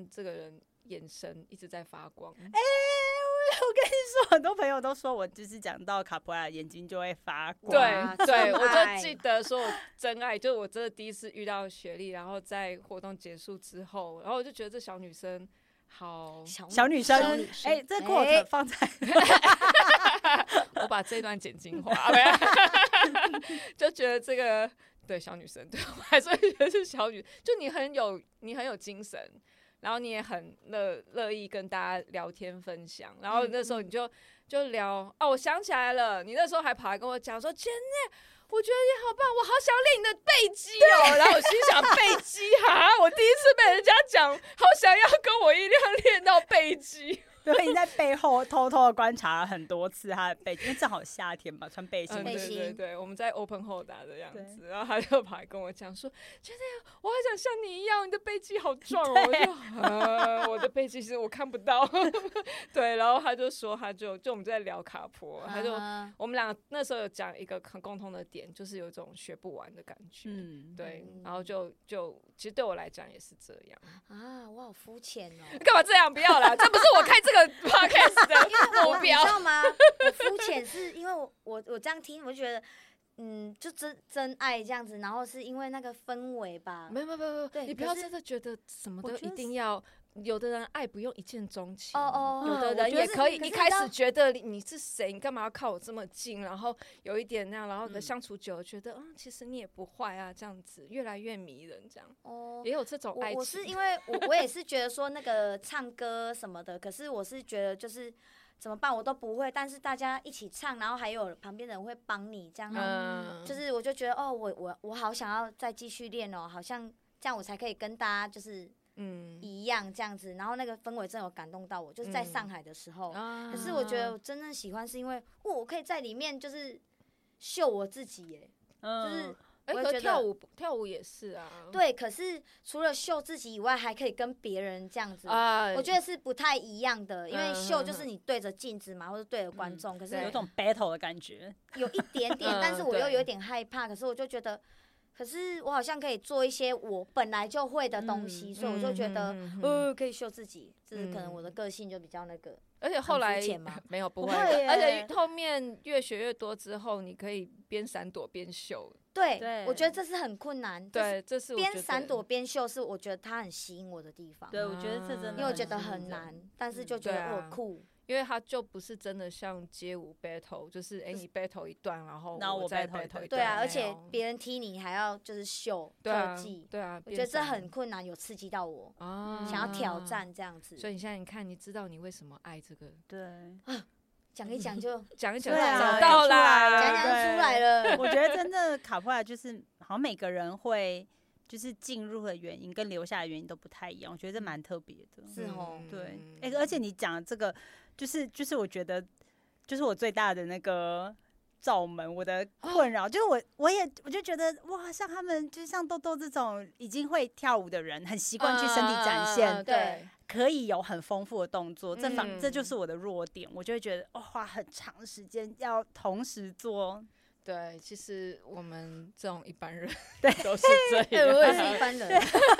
看这个人眼神一直在发光。 我跟你说，很多朋友都说我就是讲到卡普拉眼睛就会发光。 对，我就记得说我真爱，就是我真的第一次遇到雪莉，然后在活动结束之后，然后我就觉得这小女生好小女生，这quote放在， 我把这段剪精华，就觉得这个对小女生，对我还是会觉得是小女，就你很有精神。然后你也很乐意跟大家聊天分享，然后那时候你就聊我想起来了，你那时候还跑来跟我讲说，真的，我觉得你好棒，我好想练你的背肌哦。然后我心想，背肌哈，我第一次被人家讲，好想要跟我一样练到背肌。 对，你在背后偷偷的观察了很多次他的背肌，因为正好夏天嘛，穿背心。 对，我们在 open hold 打的样子，然后他就跑来跟我讲说，觉得我好想像你一样，你的背肌好壮哦。我就我的背肌其实我看不到。对，然后他就说，就我们在聊卡坡，他就我们俩那时候有讲一个很共同的点，就是有一种学不完的感觉。对，然后就其实对我来讲也是这样啊，我好肤浅哦。 干嘛这样？不要啦，这不是我开这个 podcast 的目标， 你知道吗？我肤浅是因为我这样听，我就觉得，就真爱这样子，然后是因为那个氛围吧。 没有，你不要真的觉得什么都一定要。有的人爱不用一见钟情，有的人也可以一开始觉得你是谁，你干嘛要靠我这么近，然后有一点那样，然后相处久了觉得其实你也不坏啊，这样子越来越迷人，这样也有这种爱情。 我是因为我也是觉得说那个唱歌什么的，可是我是觉得就是怎么办我都不会，但是大家一起唱，然后还有旁边的人会帮你这样，就是我就觉得我好想要再继续练哦，好像这样我才可以跟大家就是一样这样子，然后那个氛围真的有感动到我，就是在上海的时候。可是我觉得我真正喜欢是因为我可以在里面就是秀我自己耶，就是我会觉得跳舞也是啊。 对，可是除了秀自己以外，还可以跟别人这样子，我觉得是不太一样的。因为秀就是你对着镜子嘛，或者对着观众，可是有种 battle 的感觉， 有一点点，但是我又有点害怕。可是我就觉得。可是我好像可以做一些我本来就会的东西，所以我就觉得可以秀自己，就是可能我的个性就比较那个。 而且后来没有不会，而且后面越学越多之后，你可以边闪躲边秀。 对，我觉得这是很困难。 对，这是边闪躲边秀，是我觉得它很吸引我的地方。 对，我觉得这真的， 因为我觉得很难，但是就觉得酷。 因为它就不是真的像街舞 battle， 就是你 battle 一段，然后我再 battle 一段。 对啊，而且别人踢你还要就是秀特技。 对啊， 我觉得这很困难，有刺激到我，想要挑战这样子。 所以你现在你看，你知道你为什么爱这个？ 对。 讲一讲就讲一讲找到啦， 讲出来了。 我觉得真的卡普拉就是好像每个人会就是进入的原因跟留下的原因都不太一样，我觉得这蛮特别的。 是哦， 对，而且你讲这个就是我觉得就是我最大的那个罩门，我的困扰就是我就觉得哇，像他们就像豆豆这种已经会跳舞的人，很习惯去身体展现， 对。 可以有很丰富的动作，这就是我的弱点，我就会觉得花很长时间要同时做。 对，其实我们这种一般人对都是这样， 我也是一般人，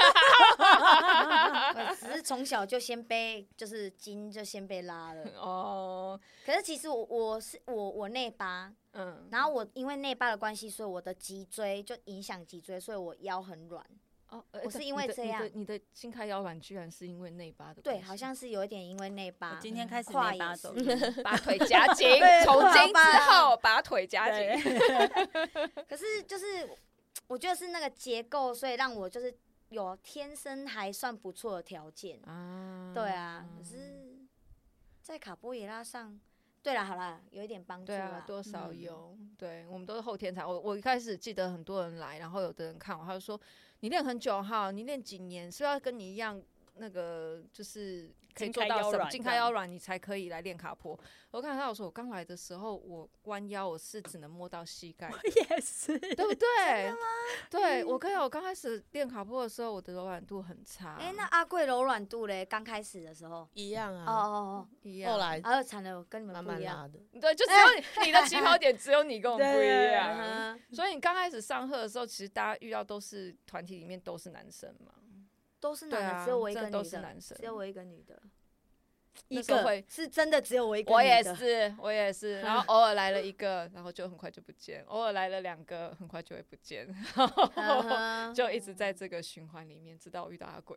我只是从小就先被就是筋就先被拉了。可是其实我内八，然后我因为内八的关系，所以我的脊椎就影响脊椎，所以我腰很软。我是因为这样， 你的心开腰软居然是因为内八的关系？ 对，好像是有一点因为内八。 今天开始内八走， 把腿夹紧，从今之后把腿夹紧。 可是就是我觉得是那个结构，所以让我就是有天生还算不错的条件对啊，可是，在卡波耶拉上。对啦，好啦，有一点帮助啦。 对啊，多少有。对，我们都是后天才。我一开始记得很多人来，然后有的人看我，他就说你练很久哈，你练几年，是不是要跟你一样那个就是可以做到什么筋开腰软，你才可以来练卡坡。我看到我说我刚来的时候，我弯腰我是只能摸到膝盖， 我也是， 对不对？对，我跟你讲，我刚开始练卡坡的时候，我的柔软度很差。 那阿贵柔软度嘞？刚开始的时候一样啊。 一样。 后来惨了，我跟你们不一样。 慢慢拉的。 对，就只有你的起跑点，只有你跟我不一样。所以你刚开始上课的时候，其实大家遇到都是团体里面都是男生嘛。 都是男的，只有我一个女的， 都是男生， 只有我一个女的。 一个是真的只有我一个女的， 我也是，然后偶尔来了一个，然后就很快就不见，偶尔来了2个，很快就会不见，然后就一直在这个循环里面，直到我遇到阿鬼。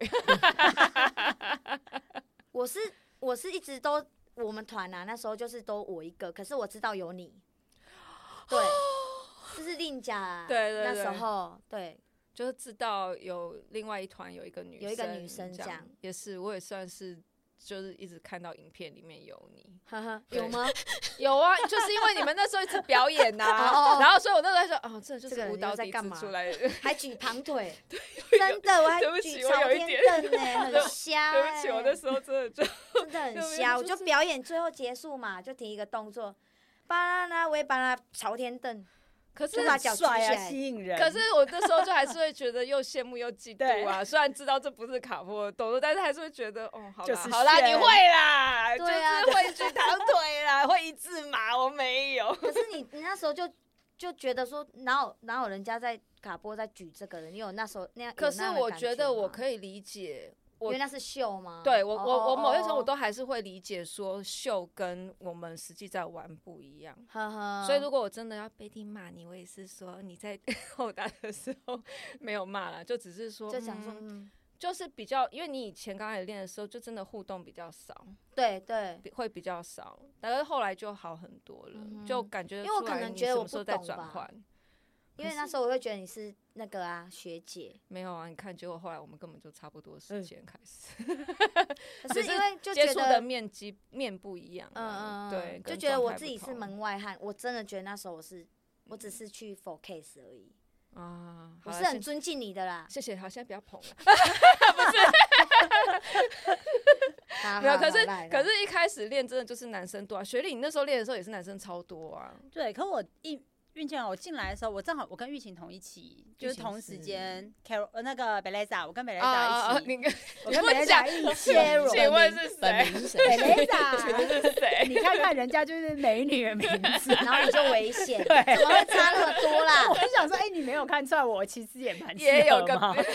我是一直都我们团啊，那时候就是都我一个，可是我知道有你，对，就是令甲， 对， 那时候对。 就是知道有另外一团有一个女生这样， 也是我也算是就是一直看到影片里面有你， 有吗？ 有啊，就是因为你们那时候一直表演呐，然后所以我那时候在说，这就是舞蹈底子出来的， 还举旁腿，真的我还举朝天凳呢，很瞎。 对不起，我那时候真的很瞎，我就表演最后结束嘛，就提一个动作，巴拉我也把他朝天凳。 可是很帅啊，吸引人。 可是我那时候就还是会觉得又羡慕又嫉妒啊。虽然知道这不是卡波的动作，但是还是会觉得好啦，你会啦， 对啊， 就是会举长腿啦，会一字马，我没有。 可是你那时候就觉得说，哪有人家在卡波在举这个的？你有那时候那样？ 可是我觉得我可以理解。 因为那是秀吗？ 对我某些时候我都还是会理解说秀跟我们实际在玩不一样，所以如果我真的要被听骂你，我也是说你在后打的时候没有骂啦，就只是说就想说就是比较，因为你以前刚开始练的时候就真的互动比较少， 对， 会比较少，但是后来就好很多了，就感觉因为我可能觉得我不懂吧， 因为那时候我会觉得你是那个啊学姐， 没有啊，你看，结果后来我们根本就差不多时间开始， 可是因为就接触的面不一样，对， 就觉得我自己是门外汉，我真的觉得那时候我只是去 for case 而已啊，我是很尊敬你的啦， 谢谢，好，现在不要捧了， 不是， 没有，可是一开始练真的就是男生多啊，学历你那时候练的时候也是男生超多啊， 对，可我运气好，我进来的时候，我正好我跟玉琴同一期，就是同时间 ，Carol 那个 Beleza， 我跟 Beleza 一起，我跟 Beleza 一起， 请问是谁 ？Beleza 是谁？你看看人家就是美女的名字， 然后你就危险， 对， 怎么会差那么多啦？ 我很想说，你没有看出来，我其实也蛮也有个吗？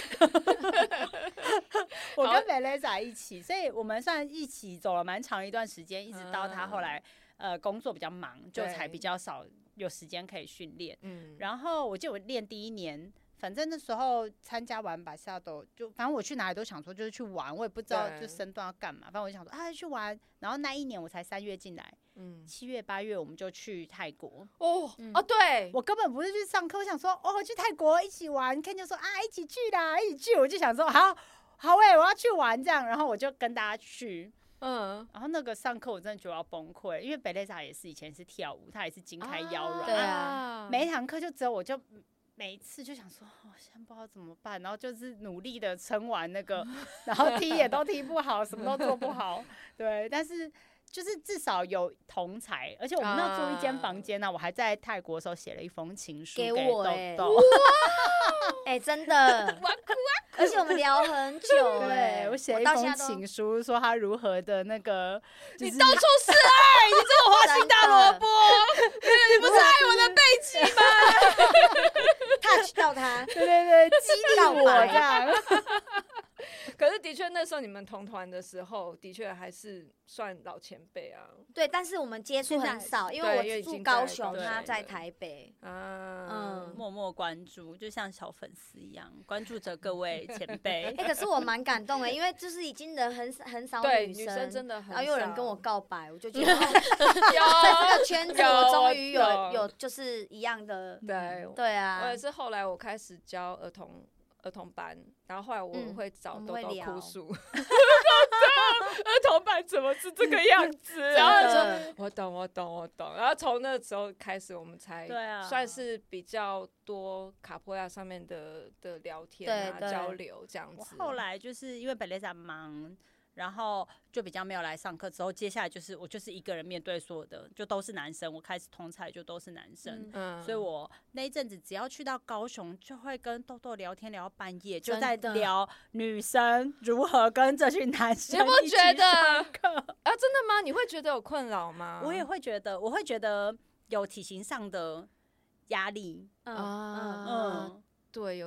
我跟 Beleza 一起，所以我们算一起走了蛮长一段时间，一直到他后来工作比较忙，就才比较少有时间可以训练。然后我记得我练第1年，反正那时候参加完把下斗，就反正我去哪里都想说就是去玩，我也不知道就身段要干嘛，反正我就想说去玩。然后那1年我才3月进来，7月8月我们就去泰国。 对， 我根本不是去上课，我想说去泰国一起玩，Ken就说一起去啦，一起去，我就想说好我要去玩这样，然后我就跟大家去。然后那个上课我真的觉得要崩溃，因为贝蕾莎也是以前是跳舞，她也是筋开腰软， 对啊， 每一堂课就只有我就每一次就想说，现在不知道怎么办，然后就是努力的撑完那个，然后踢也都踢不好，什么都做不好，对，但是就是至少有同才，而且我们那住一间房间呢，我还在泰国的时候写了一封情书给我豆豆， 真的，而且我们聊很久， 对，我写了一封情书，说他如何的那个， 你到处是爱，你这个花心大萝卜，你不是爱我的背脊吗 ？touch 到他， 对，激励我这样。 可是的确那时候你们同团的时候，的确还是算老前辈啊。 对，但是我们接触很少，因为我住高雄，他在台北。 默默关注，就像小粉丝一样，关注着各位前辈。 可是我蛮感动的，因为就是已经人很少女生真的很少， 然后又有人跟我告白，我就觉得在这个圈子，我终于有就是一样的。对啊， 我也是后来我开始教儿童班，然后后来我会找豆豆哭诉，儿童班怎么是这个样子？然后说我懂，然后从那时候开始，我们才算是比较多卡波亚上面的聊天交流这样子。 我后来就是因为本来在忙。然后就比较没有来上课，之后接下来就是我就是一个人面对所有的，就都是男生。我开始同才就都是男生，所以我那一阵子只要去到高雄，就会跟豆豆聊天聊到半夜，就在聊女生如何跟这群男生一起上课。 真的吗？你会觉得有困扰吗？ 我也会觉得，我会觉得有体型上的压力。 对，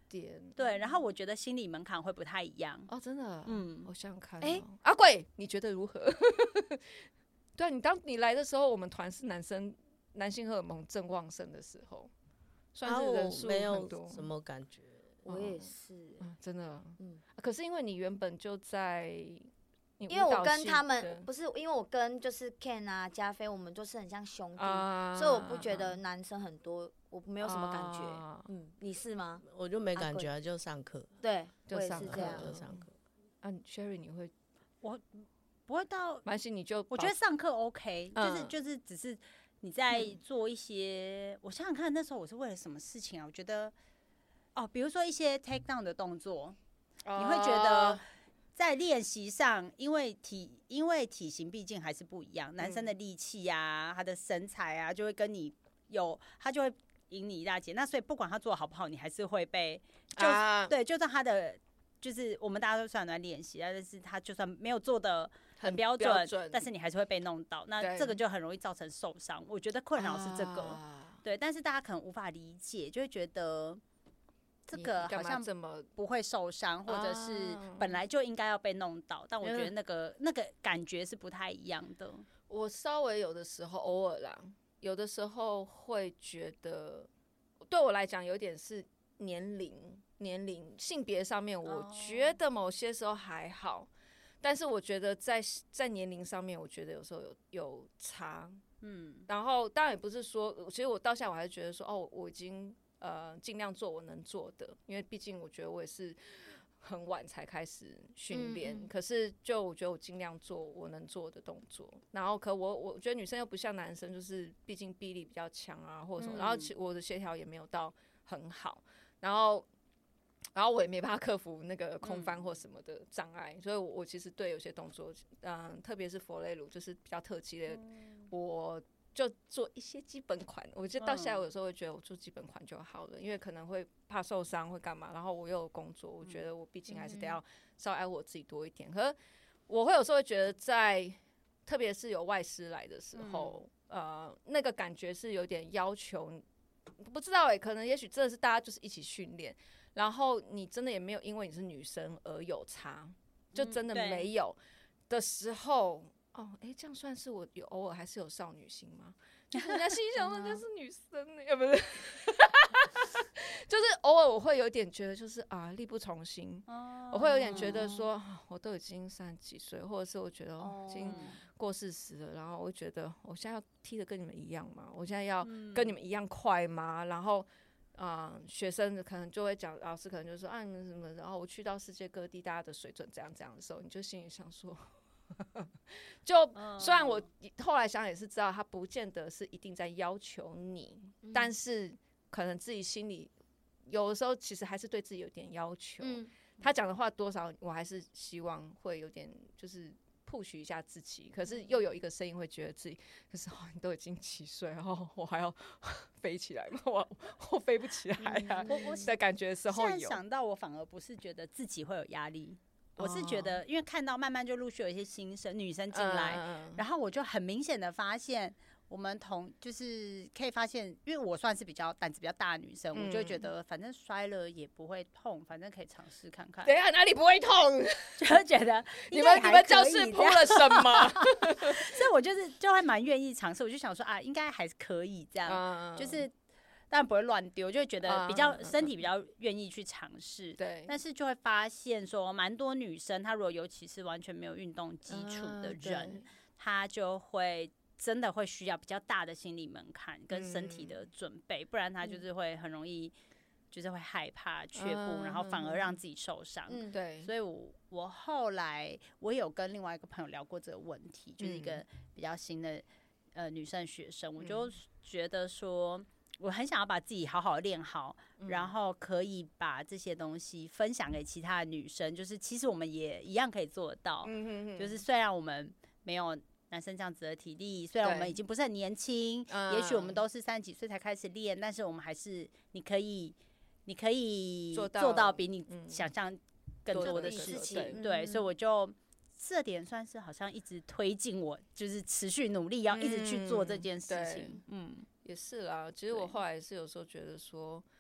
点。 对，然后我觉得心理门槛会不太一样。 哦，真的，我想想看。阿贵，你觉得如何？对啊，当你来的时候，我们团是男性荷尔蒙正旺盛的时候，算是人数很多， 没有什么感觉。 我也是， 真的，可是因为你原本就在，因为我跟他们不是，因为我跟就是 Ken 啊、加菲，我们就是很像兄弟，所以我不觉得男生很多，我没有什么感觉。你是吗？ 我就没感觉啊，就上课。 对， 就上课， 就上课。 Sherry 你会？ 我不会到， 蛮行，你就我觉得上课 OK，就是只是你在做一些，我想想看那时候我是为了什么事情啊？我觉得比如说一些 take down 的动作，你会觉得在练习上，因为体型毕竟还是不一样，男生的力气啊，他的身材啊，就会跟你他就会赢你一大截。那所以不管他做的好不好，你还是会被对，就算他的就是我们大家都算在练习，但是他就算没有做的很标准，但是你还是会被弄到，那这个就很容易造成受伤。我觉得困扰是这个，对，但是大家可能无法理解，就会觉得这个好像不会受伤，或者是本来就应该要被弄到，但我觉得那个感觉是不太一样的。 我稍微有的时候偶尔啦，有的时候会觉得，对我来讲有点是年龄性别上面，我觉得某些时候还好，但是我觉得在年龄上面，我觉得有时候有差。然后当然也不是说，其实我到现在我还是觉得说，我已经尽量做我能做的，因为毕竟我觉得我也是很晚才开始训练，可是我觉得我尽量做我能做的动作。然后我觉得女生又不像男生，就是毕竟臂力比较强啊，或者什么。然后我的协调也没有到很好，然后我也没办法克服那个空翻或什么的障碍，所以我其实对有些动作，特别是佛雷鲁就是比较特技的，我就做一些基本款。我觉得到现在我有时候会觉得我做基本款就好了，因为可能会怕受伤会干嘛，然后我又有工作，我觉得我毕竟还是得要稍微爱我自己多一点。可是我会有时候会觉得特别是有外师来的时候，那个感觉是有点要求，不知道可能也许真的是大家就是一起训练，然后你真的也没有因为你是女生而有差，就真的没有的时候。这样算是我偶尔还是有少女心吗？就是人家心想说人家是女生不是，就是偶尔我会有点觉得就是力不从心，我会有点觉得说我都已经30几岁，或者是我觉得已经过40了，然后我会觉得我现在要踢得跟你们一样吗？我现在要跟你们一样快吗？然后学生可能就会讲，老师可能就说你们什么，然后我去到世界各地，大家的水准这样的时候，你就心里想说。就虽然我后来想也是知道他不见得是一定在要求你，但是可能自己心里有的时候其实还是对自己有点要求。他讲的话多少我还是希望会有点就是push一下自己，可是又有一个声音会觉得自己就是你都已经7岁，然后我还要飞起来吗？我飞不起来啊！我的感觉的时候有。 现在想到我反而不是觉得自己会有压力。我是觉得，因为看到慢慢就陆续有一些新生女生进来，然后我就很明显的发现，我们就是可以发现，因为我算是胆子比较大的女生，我就会觉得反正摔了也不会痛，反正可以尝试看看。 等一下哪里不会痛？ 就会觉得你们教室铺了什么？ 所以我就会蛮愿意尝试，我就想说应该还是可以这样，就是。当然不会乱丢，就会觉得比较身体比较愿意去尝试。 对， 但是就会发现说，蛮多女生她如果尤其是完全没有运动基础的人，她就会真的会需要比较大的心理门槛跟身体的准备，不然她就是会很容易就是会害怕却步，然后反而让自己受伤。 对， 所以我后来我有跟另外一个朋友聊过这个问题，就是一个比较新的女生学生，我就觉得说。我很想要把自己好好练好，然后可以把这些东西分享给其他的女生，就是其实我们也一样可以做得到。就是虽然我们没有男生这样子的体力，虽然我们已经不是很年轻，也许我们都是30几岁才开始练，但是我们还是你可以做到比你想象更多的事情。对，所以我就这点算是好像一直推进我，就是持续努力要一直去做这件事情。 也是啦，其实我后来是有时候觉得说，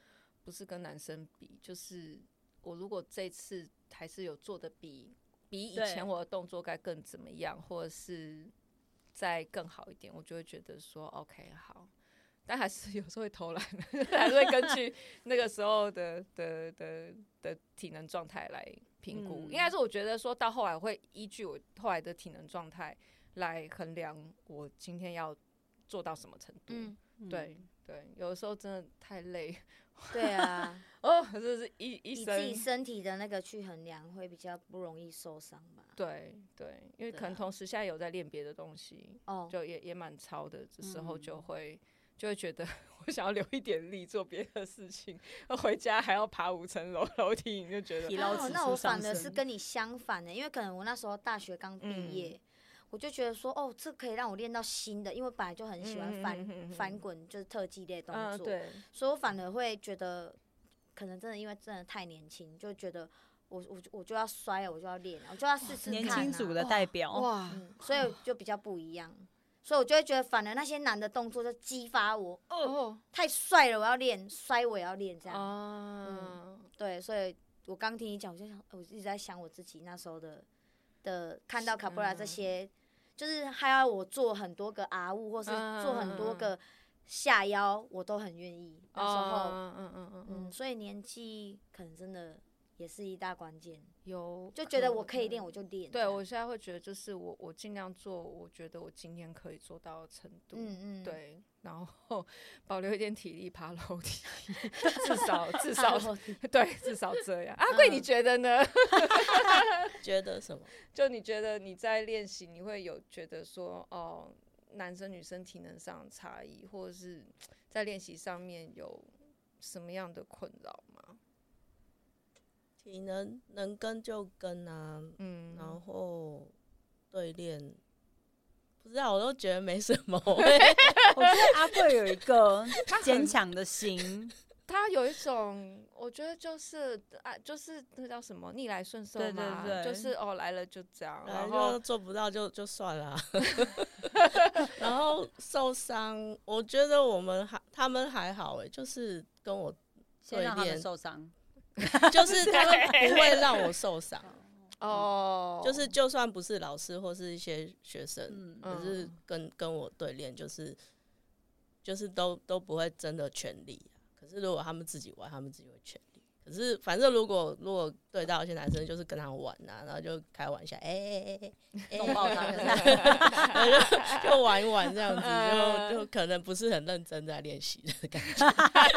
不是跟男生比，就是我如果这次还是有做的比以前我的动作该更怎么样，或者是再更好一点，我就会觉得说 OK 好。但还是有时候会偷懒，还是会根据那个时候的体能状态来评估。应该是我觉得说到后来会依据我后来的体能状态来衡量我今天要做到什么程度。对，有的时候真的太累。 对啊， 这是以自己身体的那个去衡量，会比较不容易受伤吧。 对，因为可能同时现在有在练别的东西，就也蛮超的，这时候就会觉得我想要留一点力做别的事情，回家还要爬5层楼梯，你就觉得那我反而是跟你相反的，因为可能我那时候大学刚毕业。我就觉得说，这可以让我练到新的，因为本来就很喜欢翻滚，就是特技类动作，所以我反而会觉得，可能真的因为真的太年轻，就觉得我就要摔了，我就要练了，我就要试试看。 年轻组的代表哇， 所以就比较不一样，所以我就会觉得，反而那些难的动作就激发我，太帅了，我要练，摔我也要练，这样。对，所以我刚听你讲，我就想，我一直在想我自己那时候的看到卡布拉这些，就是还要我做很多个阿物，或是做很多个下腰，我都很愿意。那时候，所以年纪可能真的也是一大关键。就觉得我可以练，我就练。 对，我现在会觉得，就是我尽量做，我觉得我今天可以做到的程度。对，然后保留一点体力爬楼梯，至少对，至少这样。阿贵，你觉得呢？ 觉得什么？ 就你觉得你在练习，你会有觉得说，男生女生体能上的差异，或者是在练习上面有什么样的困扰吗？ 体能跟就跟啊，然后对练，不知道，我都觉得没什么。我觉得阿贵有一个坚强的心， 他有一种，我觉得就是那叫什么逆来顺受嘛，对，就是来了就这样，然后做不到就算了。然后受伤，我觉得他们还好就是跟我先让他们受伤。 就是他们不会让我受伤就是就算不是老师或是一些学生，可是跟我对练，就是都不会真的全力。可是如果他们自己玩，他们自己会全力。可是反正如果对到一些男生，就是跟他玩然后就开玩笑， 拥抱他就玩一玩这样子，就可能不是很认真在练习的感觉。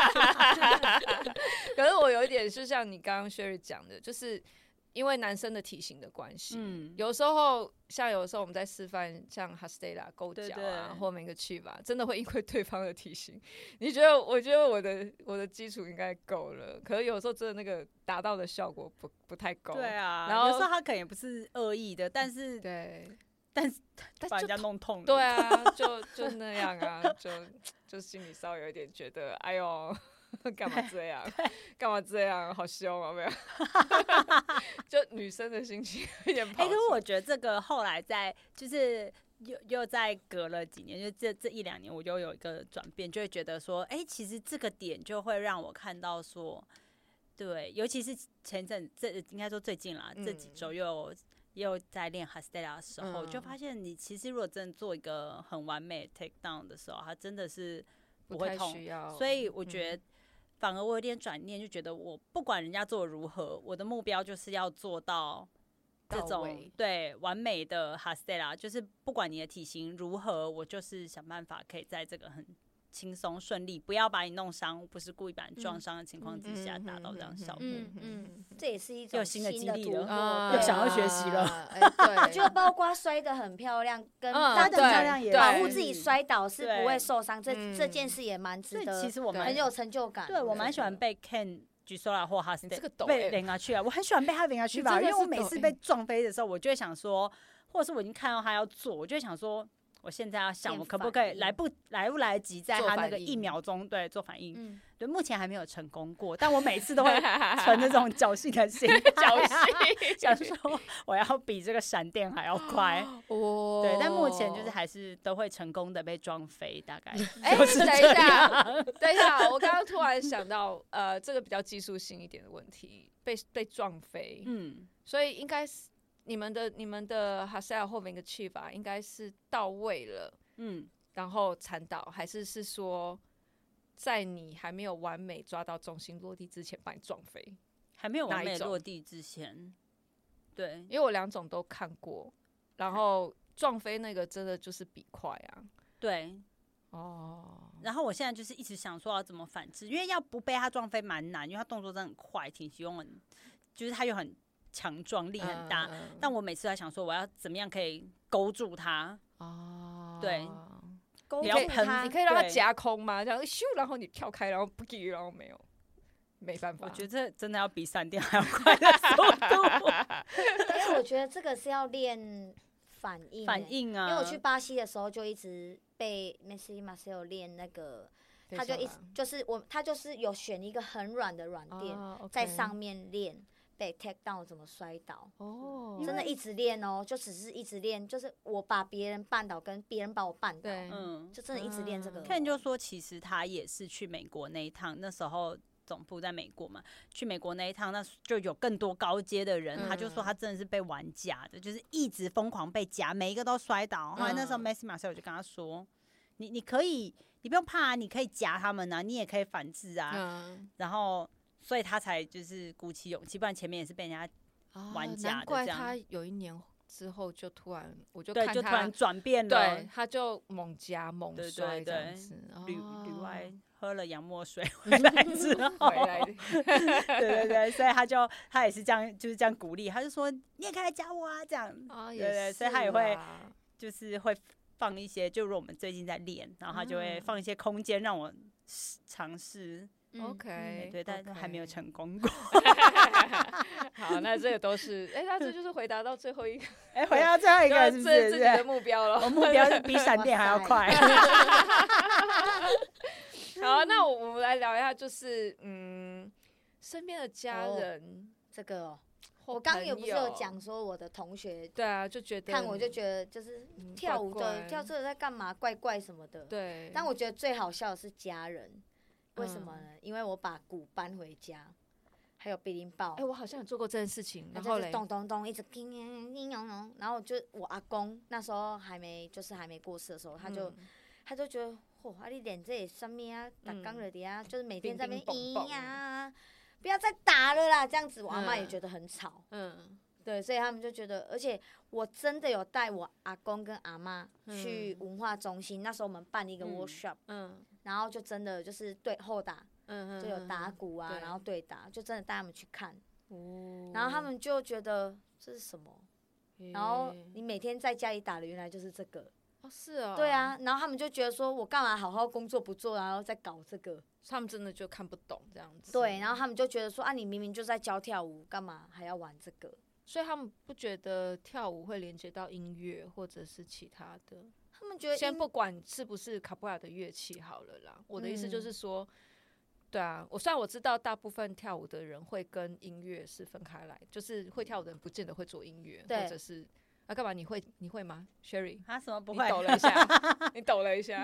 可是我有一点，就像你刚刚 Sherry 讲的，就是因为男生的体型的关系，有时候我们在示范像 Hastela 勾脚或每个去吧，真的会因为对方的体型，我觉得我的基础应该够了，可是有时候真的那个达到的效果不太够。 对啊， 然后有时候他可能也不是恶意的，但是把人家弄痛了。 对啊，就那样啊，就心里稍微有点觉得，哎呦。干嘛这样？干嘛这样？好凶啊！没有，就女生的心情有点跑。 可是我觉得这个后来就是又再隔了几年，就这1-2年，我就有一个转变，就会觉得说，其实这个点就会让我看到说，对，尤其是前阵应该说最近啦，这几周又在练 Hastela 的时候，就发现你其实如果真的做一个很完美的 take down 的时候，它真的是不会痛，所以我觉得。反而我有点转念，就觉得我不管人家做如何，我的目标就是要做到这种对完美的 Hastela， 就是不管你的体型如何，我就是想办法可以在这个很轻松顺利，不要把你弄伤，不是故意把你撞伤的情况之下达到这样效果。 这也是一种新的激励突破， 又想要学习了。 对，就包括摔得很漂亮，跟摔得很漂亮也保护自己摔倒是不会受伤，这件事也蛮值得， 其实我很有成就感。 对，我蛮喜欢被 Ken Gisela 或 Hastela 被领下去啊，我很喜欢被他领下去吧，因为我每次被撞飞的时候，我就会想说，或者是我已经看到他要做，我就会想说。 我现在要想，我可不可以来不来得及在他那个1秒钟对做反应？对，目前还没有成功过，但我每次都会存那种侥幸的心，想说我要比这个闪电还要快。对，但目前就是还是都会成功的被撞飞，大概就是这样。 等一下，我刚刚突然想到，这个比较技术性一点的问题，被撞飞，所以应该是。你们的 Hassel 后面一个 chief 啊，应该是到位了，然后铲倒，还是说在你还没有完美抓到重心落地之前把你撞飞？ 还没有完美落地之前，对， 因为我2种都看过，然后撞飞那个真的就是比快啊， 对，然后我现在就是一直想说要怎么反制，因为要不被他撞飞蛮难，因为他动作真的很快，体型就是他又很强壮，力很大，但我每次在想说我要怎么样可以勾住他。对， 勾住他， 你可以让他夹空吗？这样咻，然后你跳开，然后不给，然后没办法。 我觉得这真的要比闪电还要快的速度。 因为我觉得这个是要练反应啊。因为我去巴西的时候就一直被 Messi Marcel 练那个。他就是有选一个很软的软垫在上面练。被 take down 怎么摔倒？真的一直练哦，就只是一直练，就是我把别人绊倒，跟别人把我绊倒，就真的一直练这个。 Ken 就说，其实他也是去美国那一趟，那时候总部在美国嘛，去美国那一趟，那就有更多高阶的人，他就说他真的是被玩夹的，就是一直疯狂被夹，每一个都摔倒。后来那时候 Messi Marcel 就跟他说，你可以，你不用怕啊，你可以夹他们啊，你也可以反制啊，然后。所以他才就是鼓起勇气，不然前面也是被人家玩假的这样。 难怪他有1年之后就突然，我就看他就突然转变了， 对，他就猛夹猛摔这样子。 旅外喝了洋墨水回来之后，对，所以他也是这样，就是这样鼓励，他就说你也可以来夹我啊，这样。对，所以他也会就是会放一些，就如果我们最近在练，然后他就会放一些空间让我尝试。 OK， 对，但是还没有成功过。 好，那这个都是，那这就是回答到最后一个， 回答最后一个是不是自己的目标了？ 我目标是比闪电还要快。 好，那我们来聊一下，就是身边的家人， 这个我刚也不是有讲说我的同学， 对啊，就觉得看我就觉得就是跳舞的跳这个在干嘛，怪怪什么的。 对， 但我觉得最好笑的是家人。为什么呢？因为我把鼓搬回家，还有避铃包。 我好像有做过这件事情。 然后嘞，咚咚咚，一直叮叮叮咚。然后就我阿公那时候还没过世的时候，他就觉得，你练这什么啊？打钢了的啊，就是每天在那边咿呀，不要再打了啦，这样子我阿嬷也觉得很吵。对，所以他们就觉得，而且我真的有带我阿公跟阿嬷去文化中心，那时候我们办一个 workshop，然后就真的就是对后打，就有打鼓啊，然后对打，就真的带他们去看，然后他们就觉得这是什么，然后你每天在家里打的原来就是这个， 是啊， 对啊，然后他们就觉得说我干嘛好好工作不做，然后再搞这个， 他们真的就看不懂这样子， 对，然后他们就觉得说你明明就在教跳舞，干嘛还要玩这个？ 所以他们不觉得跳舞会连接到音乐或者是其他的， 他们觉得先不管是不是卡布亚的乐器好了啦。我的意思就是说，对啊，虽然我知道大部分跳舞的人会跟音乐是分开来，就是会跳舞的人不见得会做音乐，或者是干嘛？你会吗 ，Sherry？ 什么不会？ 你抖了一下，你抖了一下。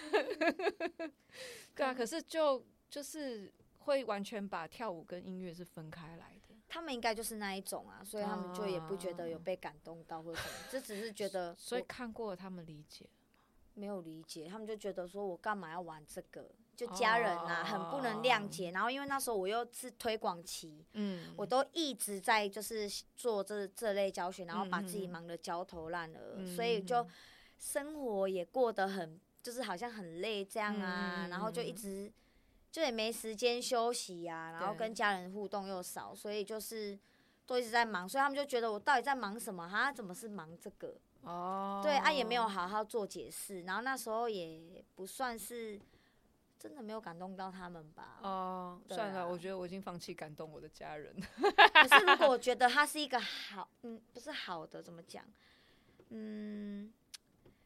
对啊，可是就是会完全把跳舞跟音乐是分开来的。 他们应该就是那一种啊，所以他们就也不觉得有被感动到或什么，这只是觉得。 所以看过他们理解没有理解，他们就觉得说我干嘛要玩这个？就家人啊，很不能谅解。然后因为那时候我又是推广期，我都一直在就是做这类教学，然后把自己忙得焦头烂额，所以就生活也过得很就是好像很累这样啊，然后就一直。就也没时间休息啊，然后跟家人互动又少，所以就是都一直在忙，所以他们就觉得我到底在忙什么？怎么是忙这个？对也没有好好做解释，然後那時候也不算是真的沒有感動到他們吧。 算了，我覺得我已經放棄感動我的家人。 可是如果我覺得他是一個好，不是好的，怎麼講？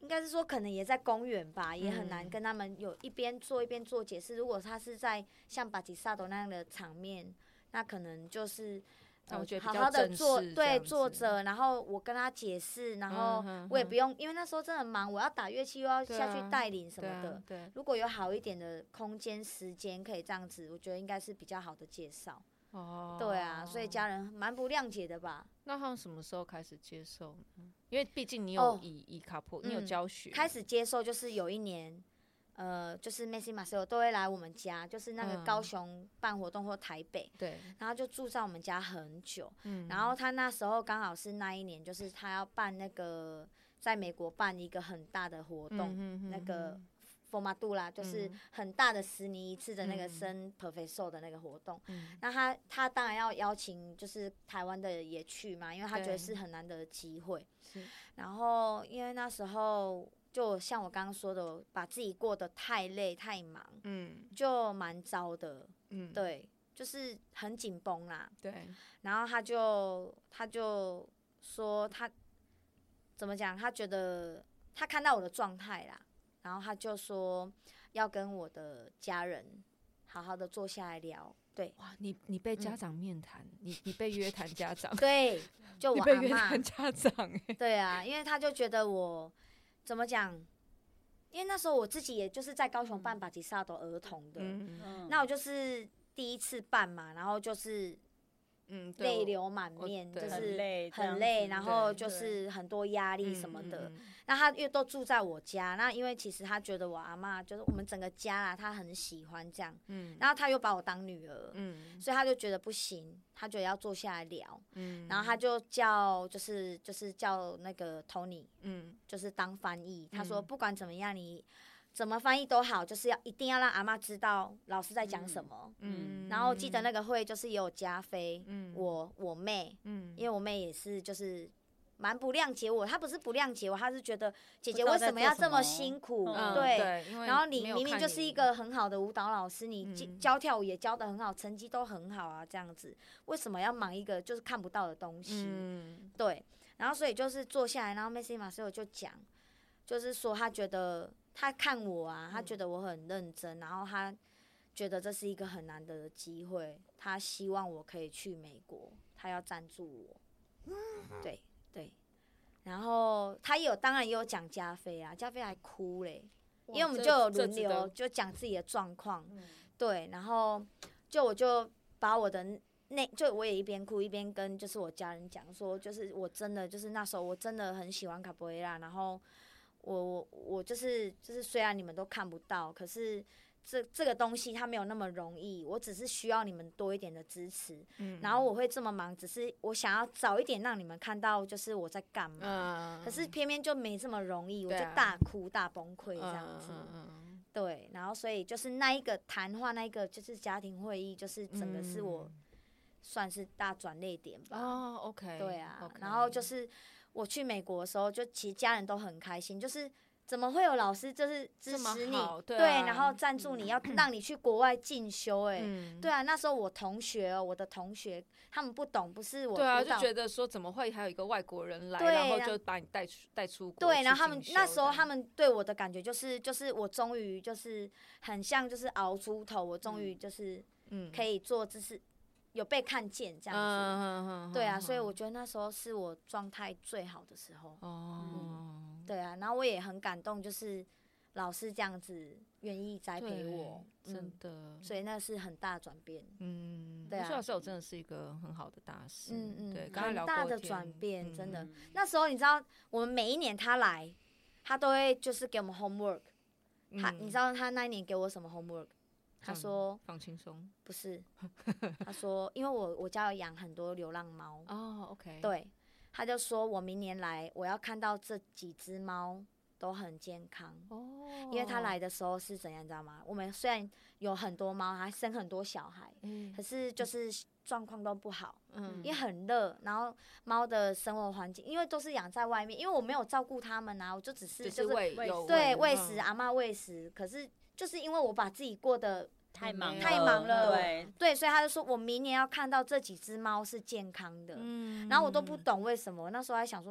应该是说可能也在公园吧，也很难跟他们有一边做解释。如果他是在像巴吉萨多那样的场面，那可能就是我觉得好好的坐着，然后我跟他解释，然后我也不用，因为那时候真的很忙，我要打乐器又要下去带领什么的。 对， 如果有好一点的空间时间可以这样子，我觉得应该是比较好的介绍。对啊，所以家人蛮不谅解的吧？ 那他们什么时候开始接受呢？因为毕竟你有以卡普，你有教学， 开始接受就是有一年，就是 Messi Marcelo 都会来我们家，就是那个高雄办活动或台北， 对， 然后就住在我们家很久。然后他那时候刚好是那一年，就是他要办那个在美国办一个很大的活动，那个。佛马杜拉就是很大的10年一次的那个升 professor 的那个活动，那他当然要邀请就是台湾的也去嘛，因为他觉得是很难得的机会。然后因为那时候就像我刚刚说的，把自己过得太累太忙，就蛮糟的，对，就是很紧绷啦。 对， 然后他就说他怎么讲，他觉得他看到我的状态啦。然后他就说要跟我的家人好好的坐下来聊，对。 哇，你被家长面谈，你被约谈家长， 对，就我阿嬷， 你被约谈家长对啊，因为他就觉得我怎么讲，因为那时候我自己也就是在高雄办巴吉萨多儿童的，那我就是第一次办嘛，然后就是泪流满面，就是很累，然后就是很多压力什么的。那他因为都住在我家，那因为其实他觉得我阿嬷就是我们整个家啦，他很喜欢这样。然后他又把我当女儿，所以他就觉得不行，他觉得要坐下来聊。然后他就叫就是叫那个 Tony，就是当翻译。他说不管怎么样，你怎么翻译都好，就是一定要让阿嬷知道老师在讲什么。然后记得那个会就是也有加菲，我妹，因为我妹也是就是蛮不谅解我，她不是不谅解我，她是觉得姐姐为什么要这么辛苦？对，然后你明明就是一个很好的舞蹈老师，你教跳舞也教得很好，成绩都很好啊，这样子为什么要忙一个就是看不到的东西？对，然后所以就是坐下来，然后 Messi Marcelo 就讲，就是说他觉得。他看我啊，他觉得我很认真，然后他觉得这是一个很难得的机会，他希望我可以去美国，他要赞助我。对，然后他当然也有讲加菲啊，加菲还哭嘞，因为我们就有轮流就讲自己的状况，对，然后我就把我的就我也一边哭一边跟就是我家人讲说，就是我真的就是那时候我真的很喜欢卡波维拉，然后。我就是虽然你们都看不到，可是这个东西它没有那么容易，我只是需要你们多一点的支持。然后我会这么忙，只是我想要早一点让你们看到，就是我在干嘛。可是偏偏就没这么容易，我就大哭大崩溃这样子。对，然后所以就是那一个谈话，那一个就是家庭会议，就是整个是我算是大转捩点吧。 OK。 对啊，然后就是。我去美国的时候，就其实家人都很开心，就是怎么会有老师就是支持你，对，然后赞助你要让你去国外进修，对啊，那时候我的同学他们不懂，不是我， 对啊，就觉得说怎么会还有一个外国人来，然后就把你带出国， 对，然后他们那时候他们对我的感觉就是我终于就是很像就是熬出头，我终于就是可以做就是。有被看见这样子，对啊，所以我觉得那时候是我状态最好的时候。对啊，然后我也很感动，就是老师这样子愿意栽培我， 真的， 所以那是很大的转变。对啊， 苏老师真的是一个很好的大师。对， 很大的转变，真的。那时候你知道，我们每一年他来，他都会就是给我们 homework。你知道他那一年给我什么 homework？他说放轻松， 不是，他说因为我家有养很多流浪猫 ，OK， 对，他就说我明年来我要看到这几只猫都很健康，因为他来的时候是怎样，你知道吗？我们虽然有很多猫，还生很多小孩，可是就是状况都不好，因为很热，然后猫的生活环境，因为都是养在外面，因为我没有照顾它们啊，我就只是喂食，阿嬷喂食，可是。就是因为我把自己过得太忙了，对，所以他就说我明年要看到这几只猫是健康的，然后我都不懂为什么，那时候还想说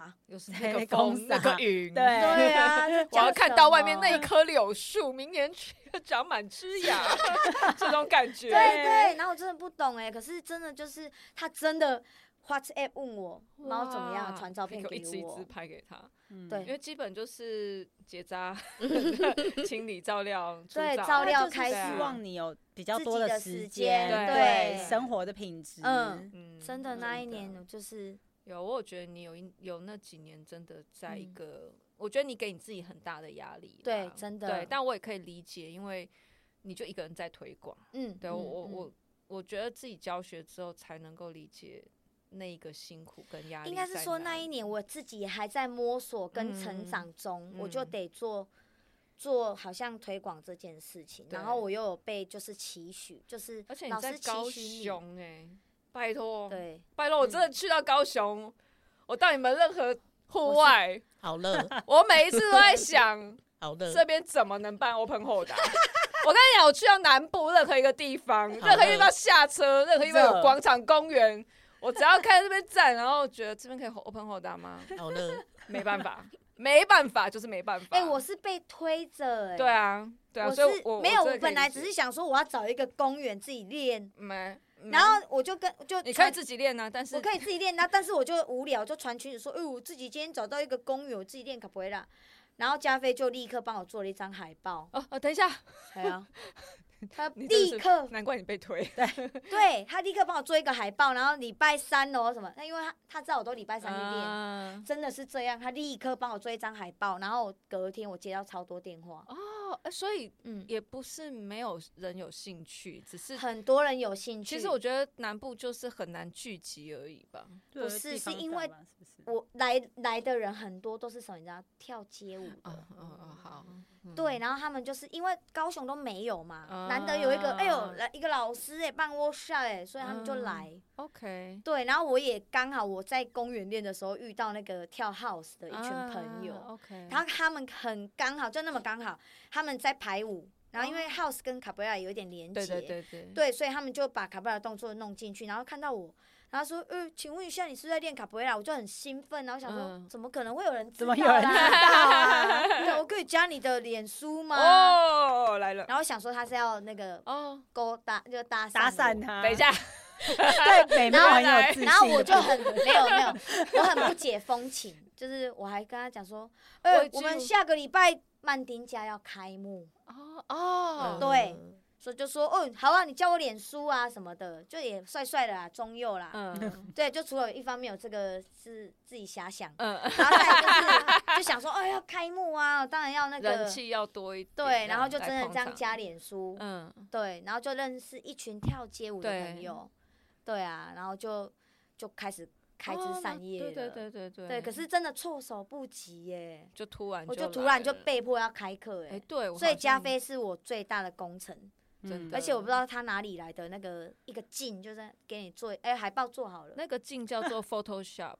啊， 又是那个风那个云， 对啊， 我要看到外面那一棵柳树，明年长满枝芽，这种感觉。 对，然后我真的不懂可是真的就是他真的 WhatsApp 问我猫怎么样，传照片给我， 一支一支拍给他。 对， 因为基本就是结扎、清理、照料、 对，照料开始， 希望你有比较多的时间， 对生活的品质。 真的那一年就是我觉得你有那几年真的在一个，我觉得你给你自己很大的压力。 对，真的。 对，但我也可以理解，因为你就一个人在推广。对我觉得自己教学之后才能够理解。那一个辛苦跟压力， 应该是说那一年我自己还在摸索跟成长中，我就得做好像推广这件事情，然后我又有被就是期许，就是而且你在高雄拜托， 对， 拜托，我真的去到高雄，我到你们任何户外， 好热， 我每一次都在想， 好热， 这边怎么能办 open hold 啊？我跟你讲，我去到南部任何一个地方，任何地方下车，任何地方有广场、公园。我只要看这边站，然后觉得这边可以 open hold 吗？ 好热， 没办法，没办法，就是没办法。 我是被推着对啊， 所以我没有，我本来只是想说我要找一个公园自己练，然后我就你可以自己练啊，但是我可以自己练啊，但是我就无聊，就传群组说，我自己今天找到一个公园，我自己练卡布维拉，然后加菲就立刻帮我做了一张海报。 等一下， 对啊。他立刻， 难怪你被推。 对，他立刻帮我做一个海报，然后礼拜三什么？因为他知道我都礼拜三去练，真的是这样。他立刻帮我做一张海报，然后隔天我接到超多电话。 所以也不是没有人有兴趣，只是很多人有兴趣。 其实我觉得南部就是很难聚集而已吧。 不是，是因为我来的人很多都是什么？你知道跳街舞的。 好。 对，然后他们就是因为高雄都没有嘛，难得有一个一个老师办 workshop 所以他们就来。 OK。 对，然后我也刚好我在公园练的时候遇到那个跳 house 的一群朋友。 OK。 然后他们很刚好，就那么刚好，他们在排舞。然后因为 house 跟卡布拉有一点连结，对，所以他们就把卡布拉的动作弄进去，然后看到我。然后说，请问一下，你是不是在练卡布维拉？我就很兴奋，然后想说，怎么可能会有人知道啦？对，我可以加你的脸书吗？ 来了。 然后想说他是要那个就搭讪他。 等一下， 对，美貌很有自信。 然后我就没有，我很不解风情，就是我还跟他讲说，我们下个礼拜曼丁家要开幕。对。所以就说好啊，你叫我脸书啊什么的，就也帅帅的啦，中佑啦，对，就除了一方面有这个是自己遐想，然后再来就想说，要开幕啊，当然要那个人气要多一点， 对，然后就真的这样加脸书，对，然后就认识一群跳街舞的朋友，对啊，然后就开始开枝散叶了，对，可是真的措手不及耶， 就突然就被迫要开课对， 所以加菲是我最大的工程。 真的， 而且我不知道他哪里来的那个一个镜，就是给你做，海报做好了。 那个镜叫做 Photoshop。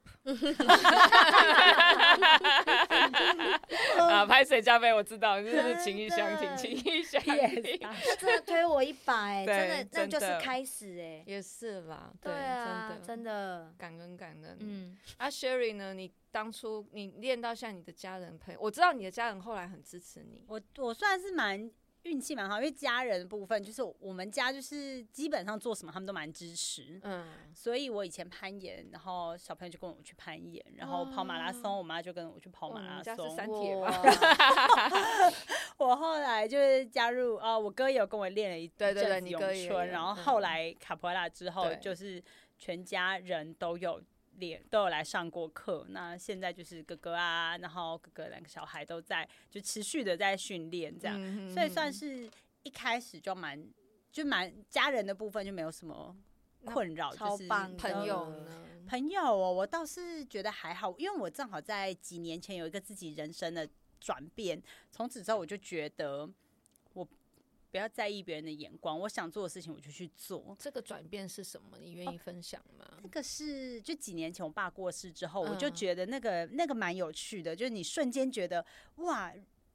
拍谁加菲我知道，就是情意相挺，情意相挺。 他真的推我一把真的，那就是开始也是啦， 对啊，真的感恩。Sherry 呢？你当初你练到像你的家人朋友，我知道你的家人后来很支持你。 我算是运气蛮好，因为家人的部分就是我们家就是基本上做什么他们都蛮支持，所以我以前攀岩，然后小朋友就跟我去攀岩，然后跑马拉松，我妈就跟我去跑马拉松。 家是三铁嘛。 我后来就是加入我哥也有跟我练了一阵子咏春，然后后来卡普拉之后就是全家人都有来上过课，那现在就是哥哥啊，然后哥哥2个小孩都在就持续的在训练这样，所以算是一开始就蛮家人的部分就没有什么困扰，就是朋友呢？ 朋友我倒是觉得还好，因为我正好在几年前有一个自己人生的转变，从此之后我就觉得我不要在意别人的眼光，我想做的事情我就去做。 这个转变是什么？你愿意分享吗？ 那个是就几年前我爸过世之后，我就觉得那个蛮有趣的，就是你瞬间觉得哇，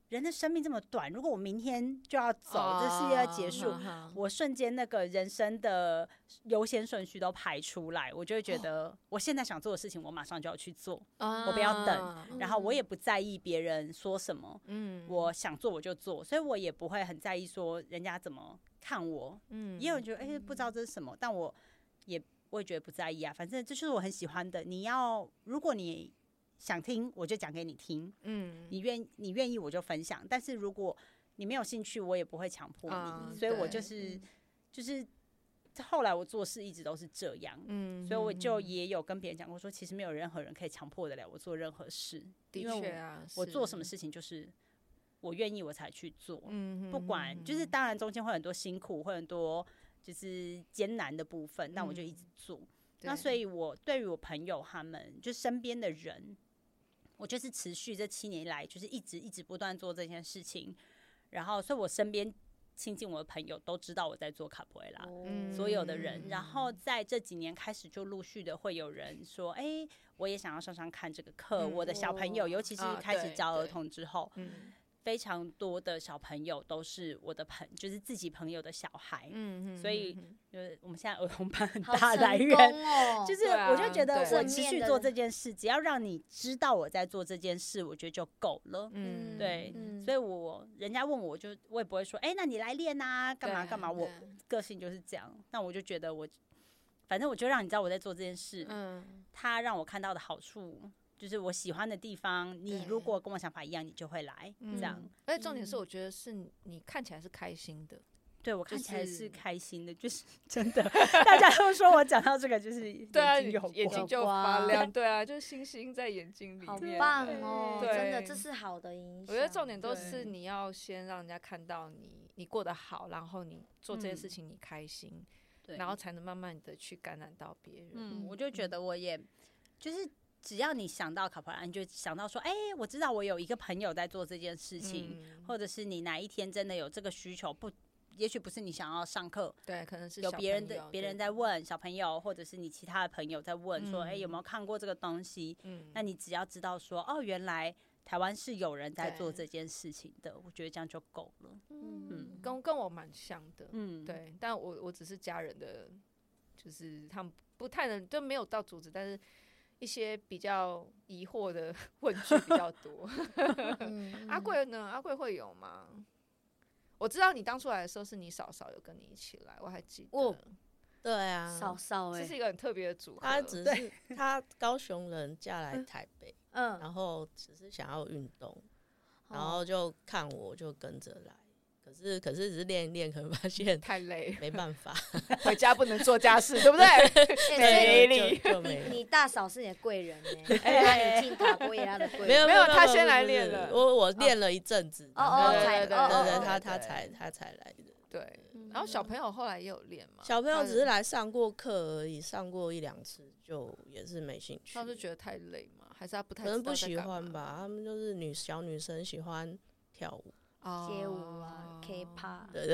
人的生命这么短，如果我明天就要走，这世界要结束，我瞬间那个人生的优先顺序都排出来，我就会觉得我现在想做的事情，我马上就要去做，我不要等，然后我也不在意别人说什么，我想做我就做，所以我也不会很在意说人家怎么看我，也有人觉得不知道这是什么，但我也觉得不在意啊，反正这就是我很喜欢的。如果你想听，我就讲给你听。你愿意我就分享，但是如果你没有兴趣，我也不会强迫你。所以我就是后来我做事一直都是这样。所以我就也有跟别人讲过说，其实没有任何人可以强迫得了我做任何事。 的确啊， 我做什么事情就是我愿意我才去做。不管就是当然中间会很多辛苦，会很多就是艰难的部分，但我就一直做。那所以我对于我朋友他们就身边的人，我就是持续这7年来就是一直不断做这件事情，然后所以我身边亲近我的朋友都知道我在做卡普埃拉，所有的人，然后在这几年开始就陆续的会有人说，我也想要上上看这个课，我的小朋友，尤其是开始教儿童之后，非常多的小朋友都是我的就是自己朋友的小孩，所以就是我们现在儿童班很大来源，就是我就觉得我持续做这件事，只要让你知道我在做这件事，我觉得就够了。对，所以人家问我也不会说，那你来练啊，干嘛干嘛，我个性就是这样。那我就觉得反正我就让你知道我在做这件事，他让我看到的好处。就是我喜欢的地方，你如果跟我想法一样，你就会来，这样。 而且重点是，我觉得是你看起来是开心的， 对我看起来是开心的，就是真的。大家都说我讲到这个，就是对啊，眼睛就发亮，对啊，就是星星在眼睛里面， 好棒哦！真的，这是好的影响。 我觉得重点都是你要先让人家看到你过得好，然后你做这些事情你开心，然后才能慢慢的去感染到别人。 我就觉得我也就是。只要你想到卡普拉，你就想到说，我知道我有一个朋友在做这件事情，或者是你哪一天真的有这个需求，也许不是你想要上课， 对，可能是有别人在问小朋友，或者是你其他的朋友在问说，有没有看过这个东西？那你只要知道说，原来台湾是有人在做这件事情的，我觉得这样就够了。 跟我蛮像的，对，但我只是家人的，就是他们不太能，就没有到组织，但是。一些比较疑惑的问句比较多。阿贵呢？阿贵会有吗？我知道你当初来的时候是你嫂嫂有跟你一起来，我还记得。 对啊， 嫂嫂这是一个很特别的组合。 他只是他高雄人嫁来台北，然后只是想要运动，然后就看我就跟着来。可是只是练一练，可能发现太累， 没办法， 回家不能做家事，对不对？ 没力。 你大嫂是你的贵人呢，你进卡波耶拉的贵人。 没有，他先来练了。 我练了一阵子，对，他才来的。 对，然后小朋友后来也有练嘛？ 小朋友只是来上过课而已，上过1-2次就也是没兴趣。 他是觉得太累吗？还是他不太可能不喜欢吧？他们就是小女生喜欢跳舞。 街舞啊 ，K-pop， 对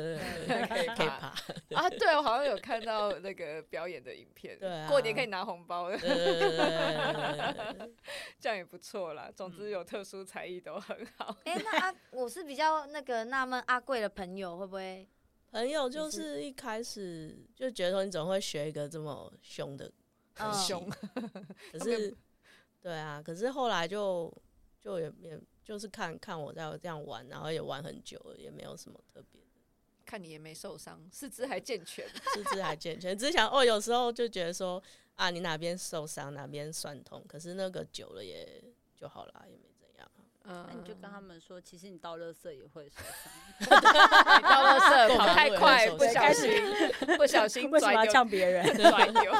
，K-pop 啊，对，我好像有看到那个表演的影片， 对啊， 过年可以拿红包的，这样也不错啦。总之有特殊才艺都很好。 那我是比较纳闷，阿贵的朋友会不会？ 朋友就是一开始就觉得说你总会学一个这么凶的， 很凶， 可是对啊，可是后来就也就是看我在这样玩，然后也玩很久了，也没有什么特别的。 看你也没受伤，四肢还健全， 只是想有时候就觉得说啊，你哪边受伤哪边酸痛，可是那个久了也就好了，也没怎样。 那你就跟他们说，其实你倒垃圾也会受伤。 你倒垃圾跑太快，不小心为什么要呛别人？ 拽丢。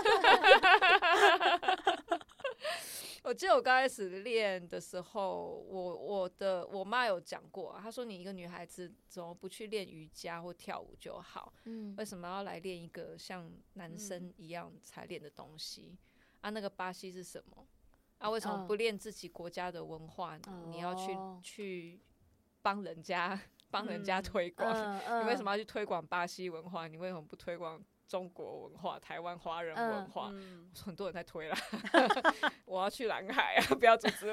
我记得我刚开始练的时候，我妈有讲过，她说你一个女孩子怎么不去练瑜伽或跳舞就好？为什么要来练一个像男生一样才练的东西？那个巴西是什么？为什么不练自己国家的文化？你要去帮人家推广？你为什么要去推广巴西文化？你为什么不推广中国文化、台湾华人文化，我说很多人在推啦，我要去蓝海啊，不要阻止我。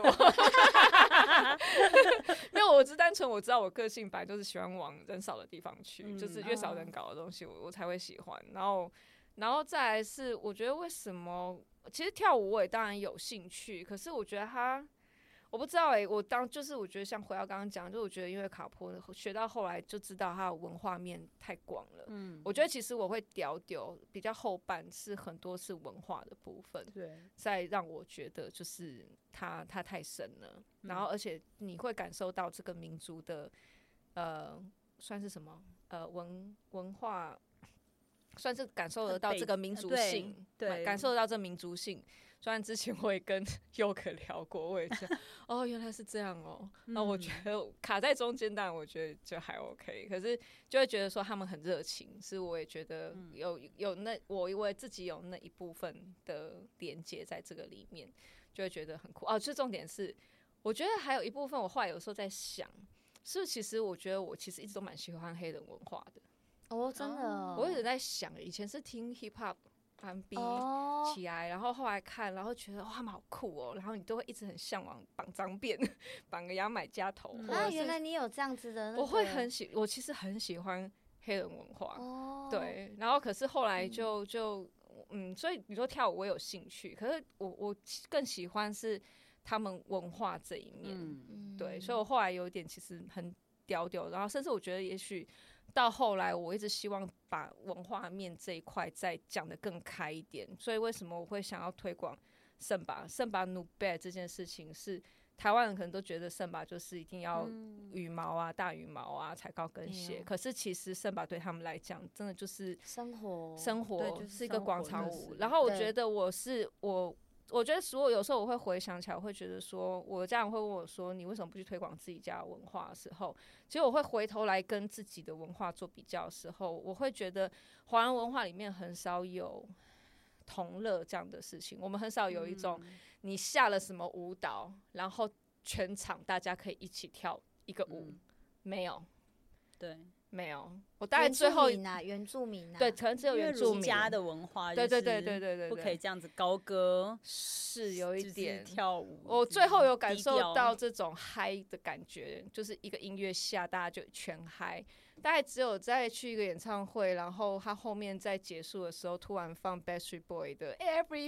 没有，我是单纯我知道我个性本来就是喜欢往人少的地方去，就是越少人搞的东西我才会喜欢。然后再来是，我觉得为什么，其实跳舞我也当然有兴趣，可是我觉得我不知道我我觉得像回到刚刚讲，就我觉得因为卡波学到后来就知道它的文化面太广了。我觉得其实我会丢比较后半是很多是文化的部分，对，再让我觉得就是它太深了，然后而且你会感受到这个民族的算是什么文化。算是感受得到这个民族性，对，感受得到这民族性。虽然之前我也跟Yoke 聊过，我也觉得哦，原来是这样哦。那我觉得卡在中间，但我觉得就还 OK。可是就会觉得说他们很热情，是我也觉得有那我以为自己有那一部分的连接在这个里面，就会觉得很酷哦。最重点是，我觉得还有一部分，我后来有时候在想，是不是其实我觉得我其实一直都蛮喜欢黑人文化的。 真的哦， 我一直在想，以前是听 hip hop、R&B 起来，然后后来看，然后觉得哇，他们好酷哦，然后你都会一直很向往绑脏辫，绑个牙买加头。 原来你有这样子的， 我会我其实很喜欢黑人文化，对，然后可是后来所以你说跳舞我有兴趣，可是我更喜欢是他们文化这一面，对，所以我后来有点其实很屌，然后甚至我觉得也许。到后来，我一直希望把文化面这一块再讲得更开一点，所以为什么我会想要推广圣巴努贝这件事情？是台湾人可能都觉得圣巴就是一定要羽毛啊、大羽毛啊、踩高跟鞋，可是其实圣巴对他们来讲，真的就是生活， 是一个广场舞。然后我觉得我觉得有时候我会回想起来，我会觉得说，我的家人会问我说，你为什么不去推广自己家的文化的时候，其实我会回头来跟自己的文化做比较的时候，我会觉得华人文化里面很少有同乐这样的事情，我们很少有一种你下了什么舞蹈，然后全场大家可以一起跳一个舞，没有，对。没有，我大概最后原住民啊， 对，可能只有原住民家的文化， 对， 不可以这样子高歌， 是有一点跳舞。 我最后有感受到这种嗨的感觉，就是一个音乐下，大家就全嗨。大概只有在去一个演唱会，然后他后面在结束的时候，突然放 Backstreet Boy 的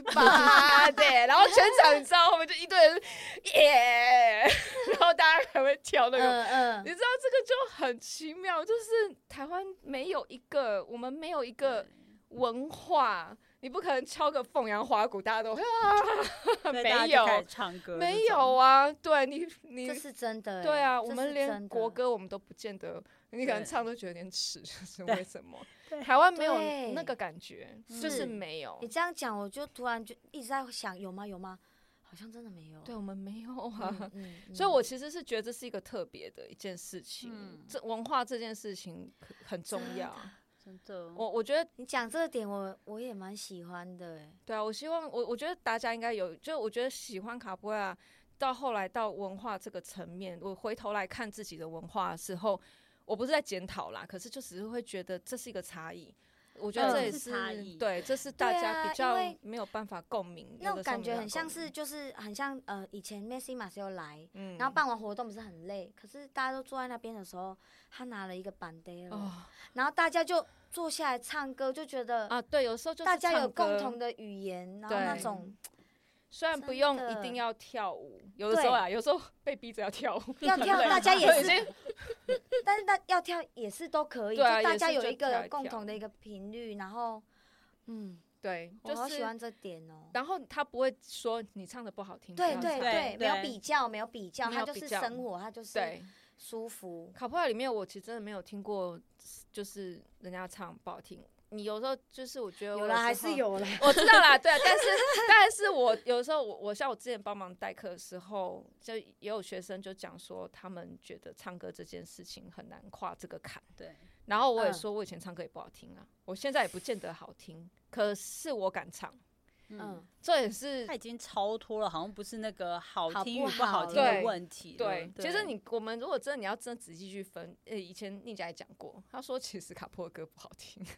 Everybody， 然后全场你知道后面就一堆人耶，然后大家还会跳那个，你知道这个就很奇妙，就是台湾我们没有一个文化。你不可能敲个凤阳花鼓，大家都没有唱歌， 没有啊？对你这是真的， 对啊，我们连国歌我们都不见得，你可能唱都觉得有点耻，就是为什么？台湾没有那个感觉，就是没有。 你这样讲，我就突然就一直在想，有吗？好像真的没有。 对，我们没有啊。所以我其实是觉得这是一个特别的一件事情，这文化这件事情很重要。 真的， 我觉得你讲这个点我也蛮喜欢的。 对啊，我希望我觉得大家应该有，就我觉得喜欢卡波亚到后来到文化这个层面，我回头来看自己的文化的时候，我不是在检讨啦，可是就只是会觉得这是一个差异。我觉得这也是差异， 对，这是大家比较没有办法共鸣。 那种感觉很像是，就是很像以前 Messi 马斯有来，然后办完活动不是很累，可是大家都坐在那边的时候，他拿了一个板凳，然后大家就坐下来唱歌，就觉得啊，对，有时候就是大家有共同的语言，然后那种。 虽然不用一定要跳舞，有的时候啊，有时候被逼着要跳舞， 大家也是，但是要跳也是都可以，就大家有一个共同的一个频率，然后， 对， 我好喜欢这点哦。 然后他不会说你唱的不好听， 对，没有比较，他就是生活，他就是舒服。 卡波亚里面，我其实真的没有听过，就是人家唱不好听。你有时候就是我觉得有啦，还是有啦， 我知道啦，对啊，但是我有时候我像我之前帮忙代课的时候，就也有学生就讲说，他们觉得唱歌这件事情很难跨这个坎， 对。 然后我也说，我以前唱歌也不好听啊，我现在也不见得好听，可是我敢唱。这也是他已经超脱了，好像不是那个好听与不好听的问题。 对，其实我们如果你要真的仔细去分，以前宁佳也讲过，他说其实卡波的歌不好听。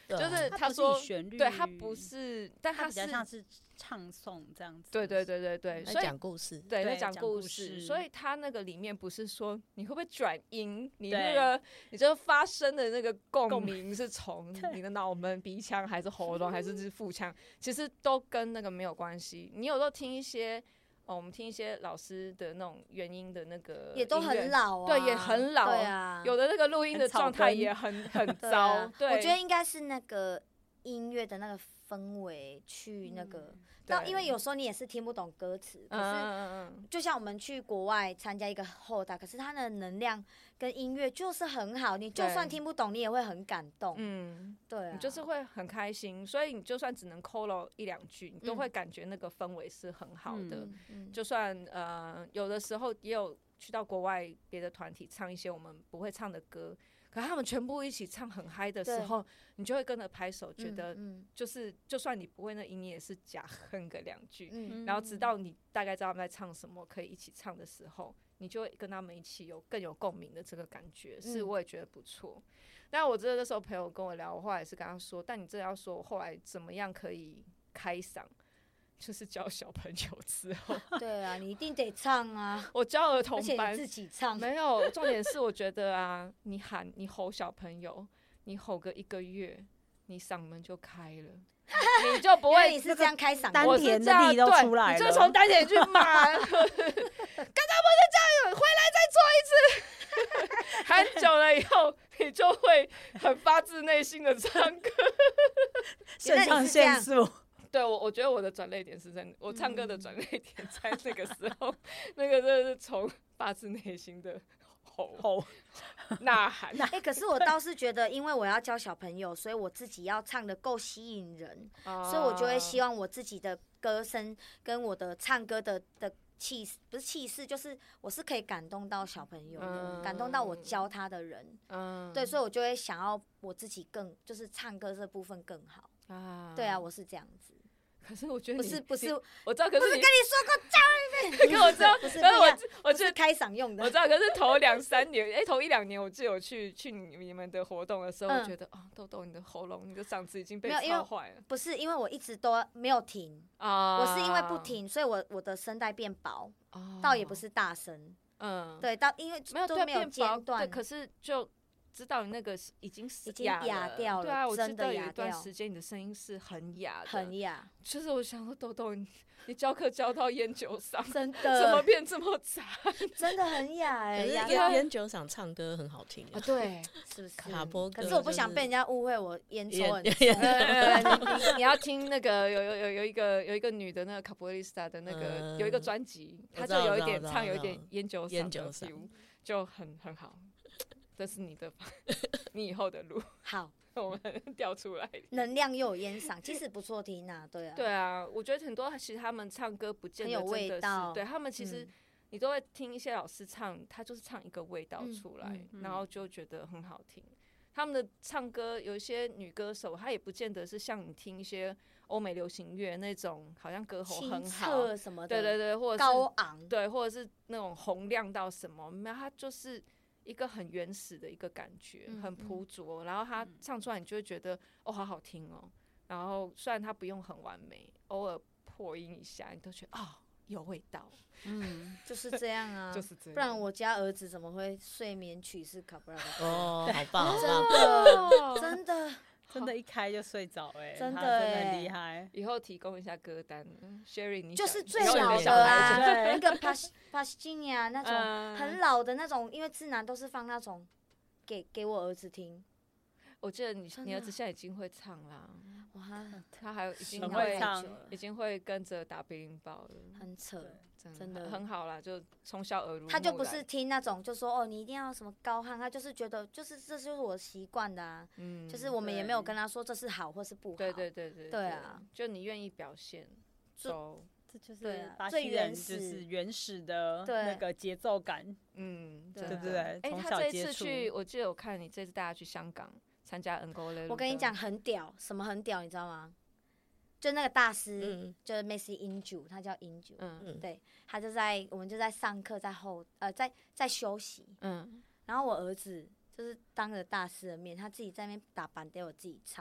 就是他说旋律， 对他不是，但他比较像是唱诵这样子。 对，所以讲故事， 对，在讲故事，所以他那个里面不是说你会不会转音，你那个你这个发声的那个共鸣是从你的脑门、鼻腔还是喉咙还是腹腔，其实都跟那个没有关系。你有时候听一些。我们听一些老师的那种原音的那个也都很老啊， 对，也很老， 对啊， 有的那个录音的状态也很糟。对， 我觉得应该是那个音乐的那个氛围去那个，因为有时候你也是听不懂歌词，可是就像我们去国外参加一个后台，可是它的能量跟音乐就是很好，你就算听不懂，你也会很感动。对啊， 你就是会很开心，所以你就算只能 call 一两句，你都会感觉那个氛围是很好的。就算有的时候也有去到国外别的团体唱一些我们不会唱的歌。可他们全部一起唱很嗨的时候，你就会跟着拍手，觉得就是就算你不会那音，你也是假哼个两句，然后直到你大概知道他们在唱什么，可以一起唱的时候，你就会跟他们一起更有共鸣的这个感觉，是我也觉得不错。但我真的那时候朋友跟我聊，我后来也是跟他说，但你真的要说我后来怎么样可以开嗓。就是教小朋友之后， 对啊，你一定得唱啊！ 我教儿童班， 而且你自己唱没有。重点是我觉得啊，你吼小朋友，你吼个1个月，你嗓门就开了，你就不会。 你是这样开嗓， 丹田的力都出来了， 你就从丹田去骂。刚才不是这样，回来再做一次。喊久了以后，你就会很发自内心的唱歌， 肾上腺素。 对，我觉得我的转捩点是在我唱歌的转捩点在那个时候，那个真的是从发自内心的吼呐喊。 可是我倒是觉得，因为我要教小朋友，所以我自己要唱得够吸引人，所以我就会希望我自己的歌声跟我的唱歌的气势，不是气势，就是我是可以感动到小朋友的，感动到我教他的人。对，所以我就会想要我自己就是唱歌这部分更好。对啊，我是这样子。 可是我觉得不是， 我知道，可是不是跟你说过教育可是我知道， 不是， 我是开嗓用的。 我知道，可是头2-3年，头1-2年，我记得我去你们的活动的时候，我觉得豆豆你的喉咙、你的嗓子已经被操坏了。 不是，因为我一直都没有停我是因为不停，所以我的声带变薄，倒也不是大声。对，因为都没有间断。 对，可是就。知道你那个已经哑掉了， 对啊，我知道有一段时间你的声音是很哑的， 很哑。 就是我想说，豆豆，你教课教到烟酒嗓， 真的怎么变这么惨？ 真的很哑烟酒嗓唱歌很好听啊，对，是不是？ 卡波歌， 可是我不想被人家误会我烟抽很重。你要听那个有一个女的那个卡波利斯塔的那个有一个专辑，她就有一点唱有一点烟酒嗓，就很好。这是你的，你以后的路。 好， 我们调出来。 能量又有烟嗓，其实不错听啊，对啊。 对啊，我觉得很多其实他们唱歌不见得真的是很有味道， 对他们其实你都会听一些老师唱，他就是唱一个味道出来，然后就觉得很好听。他们的唱歌有一些女歌手，她也不见得是像你听一些欧美流行乐那种，好像歌喉很好什么的， 对，或者是高昂， 对，或者是那种洪亮到什么，没有，她就是一个很原始的一个感觉，很朴拙，然后他唱出来，你就会觉得好好听哦。然后虽然他不用很完美，偶尔破音一下，你都觉得有味道。 就是这样啊， 就是这样。 不然我家儿子怎么会睡眠曲是卡布拉的？ 好棒， 真的。 真的，一开就睡着真的很厉害。 以后提供一下歌单 ，Sherry， 你就是最老的啊，那个 Pashinia 那种很老的那种，因为智男都是放那种给我儿子听。 我记得你儿子现在已经会唱啦， 哇， 他还已经会跟着打鼻音包了， 很扯。真的很好啦，就从小耳濡目染。 他就不是听那种，就说你一定要什么高亢，他就是觉得就是这就是我习惯的啊。就是我们也没有跟他说这是好或是不好。对啊， 就你愿意表现， 这就是巴西人就是原始的那个节奏感。对不对？ 他这一次去，我记得我看你这次带他去香港参加 Angola。 我跟你讲很屌，什么很屌，你知道吗？就那个大师，就是 Messi Inju， 他叫 Inju，对，他我们就在上课，在休息，然后我儿子就是当着大师的面，他自己在那边打板给我自己唱，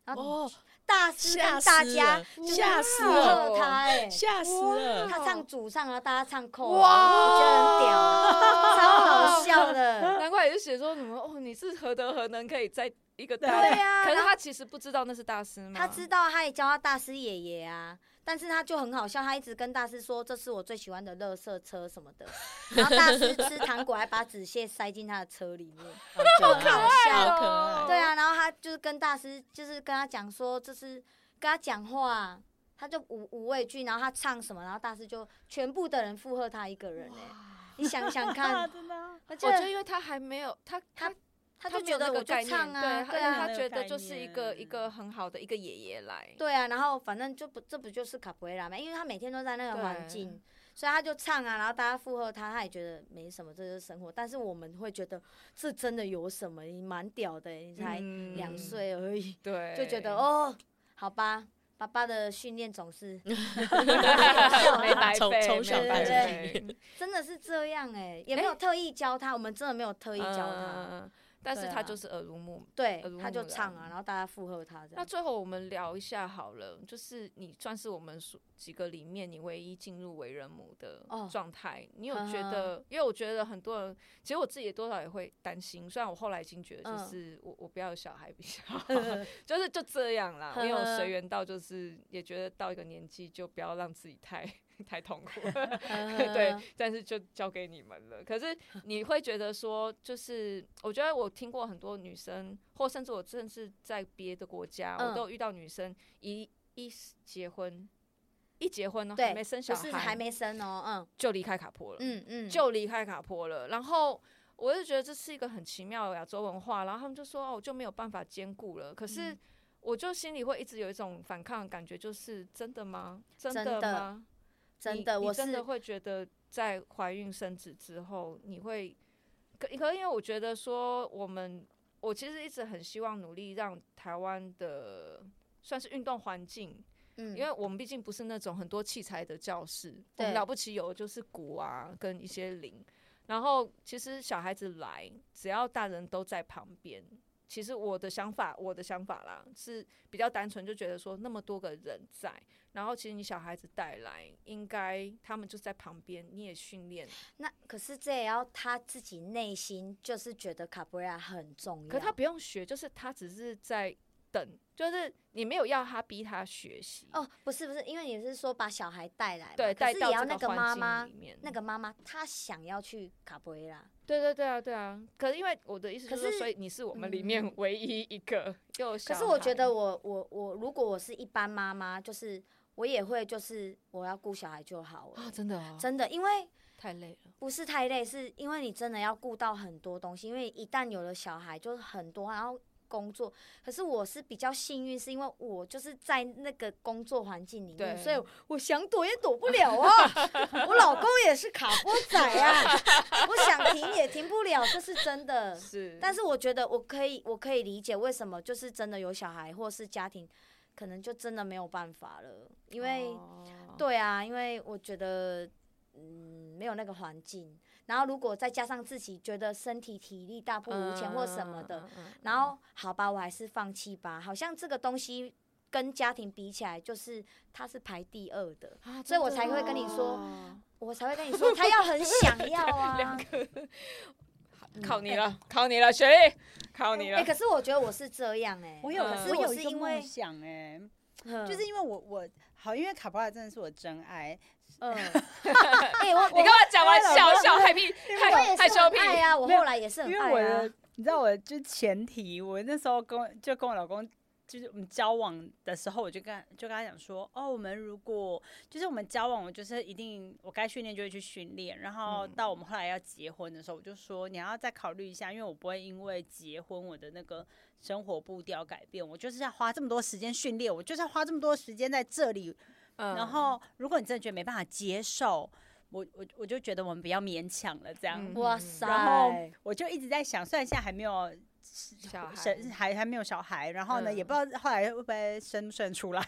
然后大师跟大家吓死了他， 吓死了！ 他唱主唱，然后大家唱扣，我觉得很屌，超好笑的。 难怪也是写说你们你是何德何能可以在一个对啊， 可是他其实不知道那是大师吗？ 他知道，他也教他大师爷爷啊。但是他就很好笑，他一直跟大师说这是我最喜欢的垃圾车什么的，然后大师吃糖果还把纸屑塞进他的车里面， 好可爱， 好可爱。 对啊，然后他就是跟大师，就是跟他讲说，就是跟他讲话，他就无畏惧，然后他唱什么，然后大师就全部的人附和他一个人你想想看， 真的， 我觉得因为他还没有他就觉得我就唱啊， 对啊，他觉得就是一个很好的一个爷爷来， 对啊，然后反正这不就是卡布雷拉吗？因为他每天都在那个环境，所以他就唱啊，然后大家附和他，他也觉得没什么，这就是生活。但是我们会觉得这真的有什么？你蛮屌的，你才2岁而已， 对， 就觉得好吧。爸爸的训练总是没白费， 从小带着训练， 真的是这样也没有特意教他，我们真的没有特意教他。 但是他就是耳濡目染， 对，他就唱啊，然后大家附和他这样。 那最后我们聊一下好了，就是你算是我们几个里面你唯一进入为人母的状态，你有觉得？因为我觉得很多人，其实我自己多少也会担心，虽然我后来已经觉得就是我不要有小孩比较好，就是就这样啦，因为我随缘到，就是也觉得到一个年纪就不要让自己太痛苦对，但是就交给你们了。可是你会觉得说，就是我觉得我听过很多女生，或甚至我甚至在别的国家，我都有遇到女生一结婚还没生小孩， 不是还没生就离开卡坡了，就离开卡坡了。然后我就觉得这是一个很奇妙的亚洲文化，然后他们就说我就没有办法兼顾了。可是我就心里会一直有一种反抗的感觉，就是真的吗？真的吗？ 真的， 我真的会觉得在怀孕生子之后，你会可因为我觉得说我其实一直很希望努力让台湾的算是运动环境，因为我们毕竟不是那种很多器材的教室，我们了不起有的就是鼓啊跟一些铃，然后其实小孩子来，只要大人都在旁边。其实我的想法啦是比较单纯，就觉得说那么多个人在，然后其实你小孩子带来，应该他们就在旁边，你也训练。 那可是这也要他自己内心就是觉得卡布瑞亚很重要。 可他不用学，就是他只是在等，就是你没有要他逼他学习。 不是，因为你是说把小孩带来嘛， 对， 可是也要那个妈妈，那个妈妈她想要去卡布瑞拉。 对啊。可是因为我的意思就是说，所以你是我们里面唯一一个有小孩。 可是我觉得我如果我是一般妈妈，就是我也会就是我要顾小孩就好了。 真的哦， 真的，因为太累了。 不是太累，是因为你真的要顾到很多东西，因为一旦有了小孩就是很多，然后工作。可是我是比较幸运，是因为我就是在那个工作环境里面，所以我想躲也躲不了啊。我老公也是卡波仔啊，我想停也停不了，这是真的。 是， 但是我觉得我可以理解为什么，就是真的有小孩或是家庭，可能就真的没有办法了，因为对啊，因为我觉得没有那个环境。然后如果再加上自己觉得身体体力大不如前或什么的，然后好吧，我还是放弃吧。好像这个东西跟家庭比起来，就是它是排第2的，所以我才会跟你说，他要很想要啊。 考你了，雪莉，考你了。 可是我觉得我是这样我有一个梦想就是因为我好，因为卡布拉真的是我真爱。 你干嘛讲完笑害羞屁啊？我后来也是很爱啊。 你知道我就前提，我那时候跟我老公就是我们交往的时候，我就跟他讲说，我们如果就是我们交往，我就是一定我该训练就会去训练，然后到我们后来要结婚的时候，我就说你要再考虑一下，因为我不会因为结婚我的那个生活步调改变，我就是要花这么多时间训练，我就是要花这么多时间在这里。然后，如果你真的觉得没办法接受，我就觉得我们不要勉强了，这样。 哇塞！ 然后我就一直在想，虽然现在还没有小孩， 还没有小孩，然后呢，也不知道后来会不会生出来。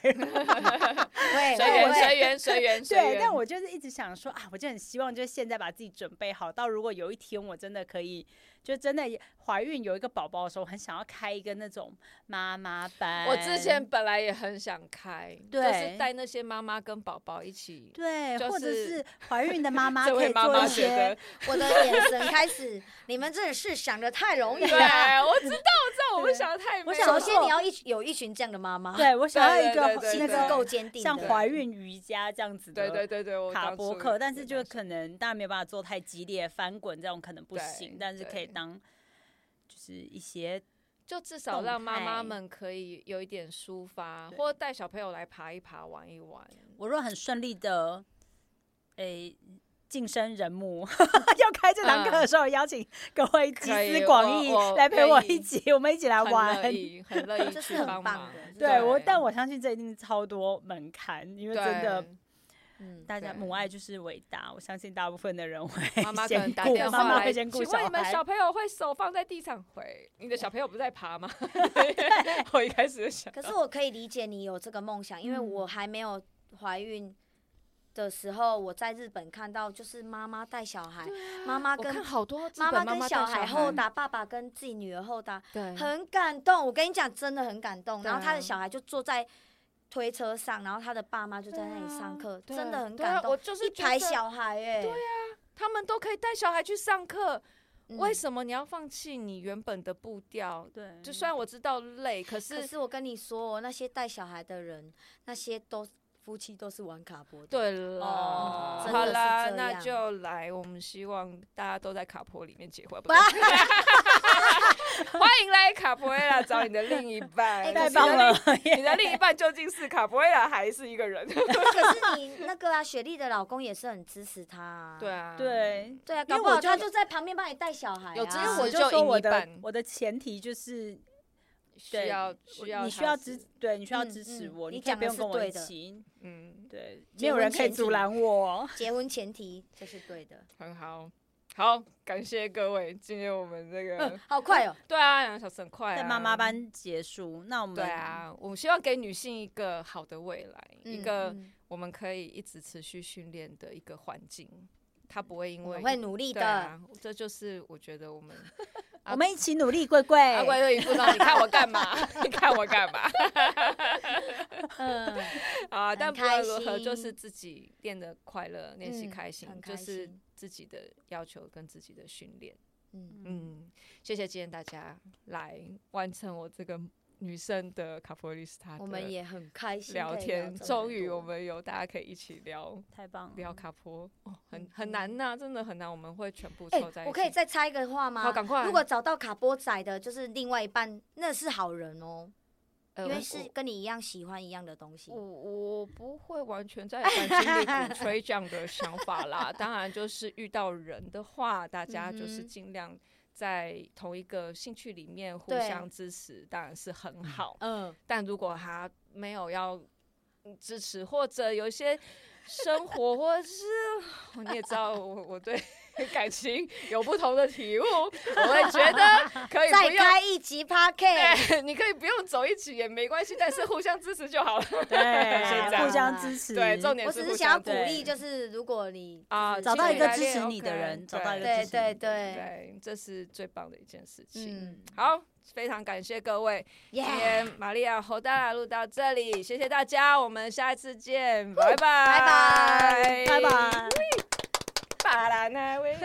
随缘。 对，但我就是一直想说我就很希望就是现在把自己准备好，到如果有一天我真的可以就真的怀孕有一个宝宝的时候，很想要开一个那种妈妈班。 我之前本来也很想开，就是带那些妈妈跟宝宝一起， 对， 就是、 或者是怀孕的妈妈可以做一些。 我的眼神开始，你们真的是想的太容易了。 对，我知道，我们想的太美。 首先你要有一群这样的妈妈， 对我想要一个心思够坚定， 像怀孕瑜伽这样子的， 对， 卡博课，但是就可能当然没有办法做太激烈，翻滚这种可能不行，但是可以当就是一些， 就至少让妈妈们可以有一点抒发，或者带小朋友来爬一爬、玩一玩。 我若很顺利的，晋升人母，要开这堂课的时候，邀请各位集思广益来陪我一起，我们一起来玩， 很乐意去帮忙。 对，但我相信这一定超多门槛，因为真的。大家母爱就是伟大，我相信大部分的人会妈妈可能打电话来， 请问你们小朋友会手放在地上会？你的小朋友不在爬吗？我一开始就想， 可是我可以理解你有这个梦想，因为我还没有怀孕的时候，我在日本看到就是妈妈带小孩，妈妈跟好多妈妈跟小孩后打，爸爸跟自己女儿后打，很感动。我跟你讲，真的很感动。然后他的小孩就坐在推车上，然后他的爸妈就在那里上课，真的很感动。 我就是一排小孩对啊，他们都可以带小孩去上课，为什么你要放弃你原本的步调？对，就虽然我知道累，可是我跟你说，那些带小孩的人，那些夫妻都是玩卡波的。 对了，好啦，那就来，我们希望大家都在卡波里面结婚。欢迎来卡波维拉找你的另一半， 太棒了！ 你的另一半究竟是卡波维拉还是一个人？ 可是你那个雪莉的老公也是很支持他啊。 对啊， 对啊，搞不好他就在旁边帮你带小孩。 有支持我就说我的前提就是需要你需要支持我， 你讲不用跟我一起。 对，没有人可以阻拦我。 结婚前提这是对的， 很好。好，感谢各位，今天我们这个好快哦。 对啊，2个小时很快啊。 在妈妈班结束，那我们对啊，我希望给女性一个好的未来，一个我们可以一直持续训练的一个环境。她不会因为我会努力的， 这就是我觉得我们我们一起努力，贵贵。 阿贵就一副说：“你看我干嘛？你看我干嘛？”但不论如何，就是自己练得快乐，练习开心，就是自己的要求跟自己的训练。谢谢今天大家来完成我这个女生的卡波利斯塔， 我们也很开心聊天。终于我们有大家可以一起聊， 太棒了， 聊卡波很难呐，真的很难。我们会全部凑在一起。 我可以再插一个话吗？ 好，赶快。 如果找到卡波仔的，就是另外一半，那是好人哦。因为是跟你一样喜欢一样的东西。 我不会完全在感情里鼓吹这样的想法啦。当然，就是遇到人的话，大家就是尽量在同一个兴趣里面互相支持，当然是很好。但如果他没有要支持，或者有一些生活，或者是你也知道我对感情有不同的体悟，我会觉得可以不用再开一集 podcast， 对，你可以不用走一起也没关系，但是互相支持就好了。 对，互相支持。 对，重点是我只是想要鼓励，就是如果你找到一个支持你的人，找到一个支持你的人， 对，这是最棒的一件事情。好，非常感谢各位，今天玛利亚侯大录到这里，谢谢大家，我们下一次见，拜拜， 拜拜。 巴拉那位。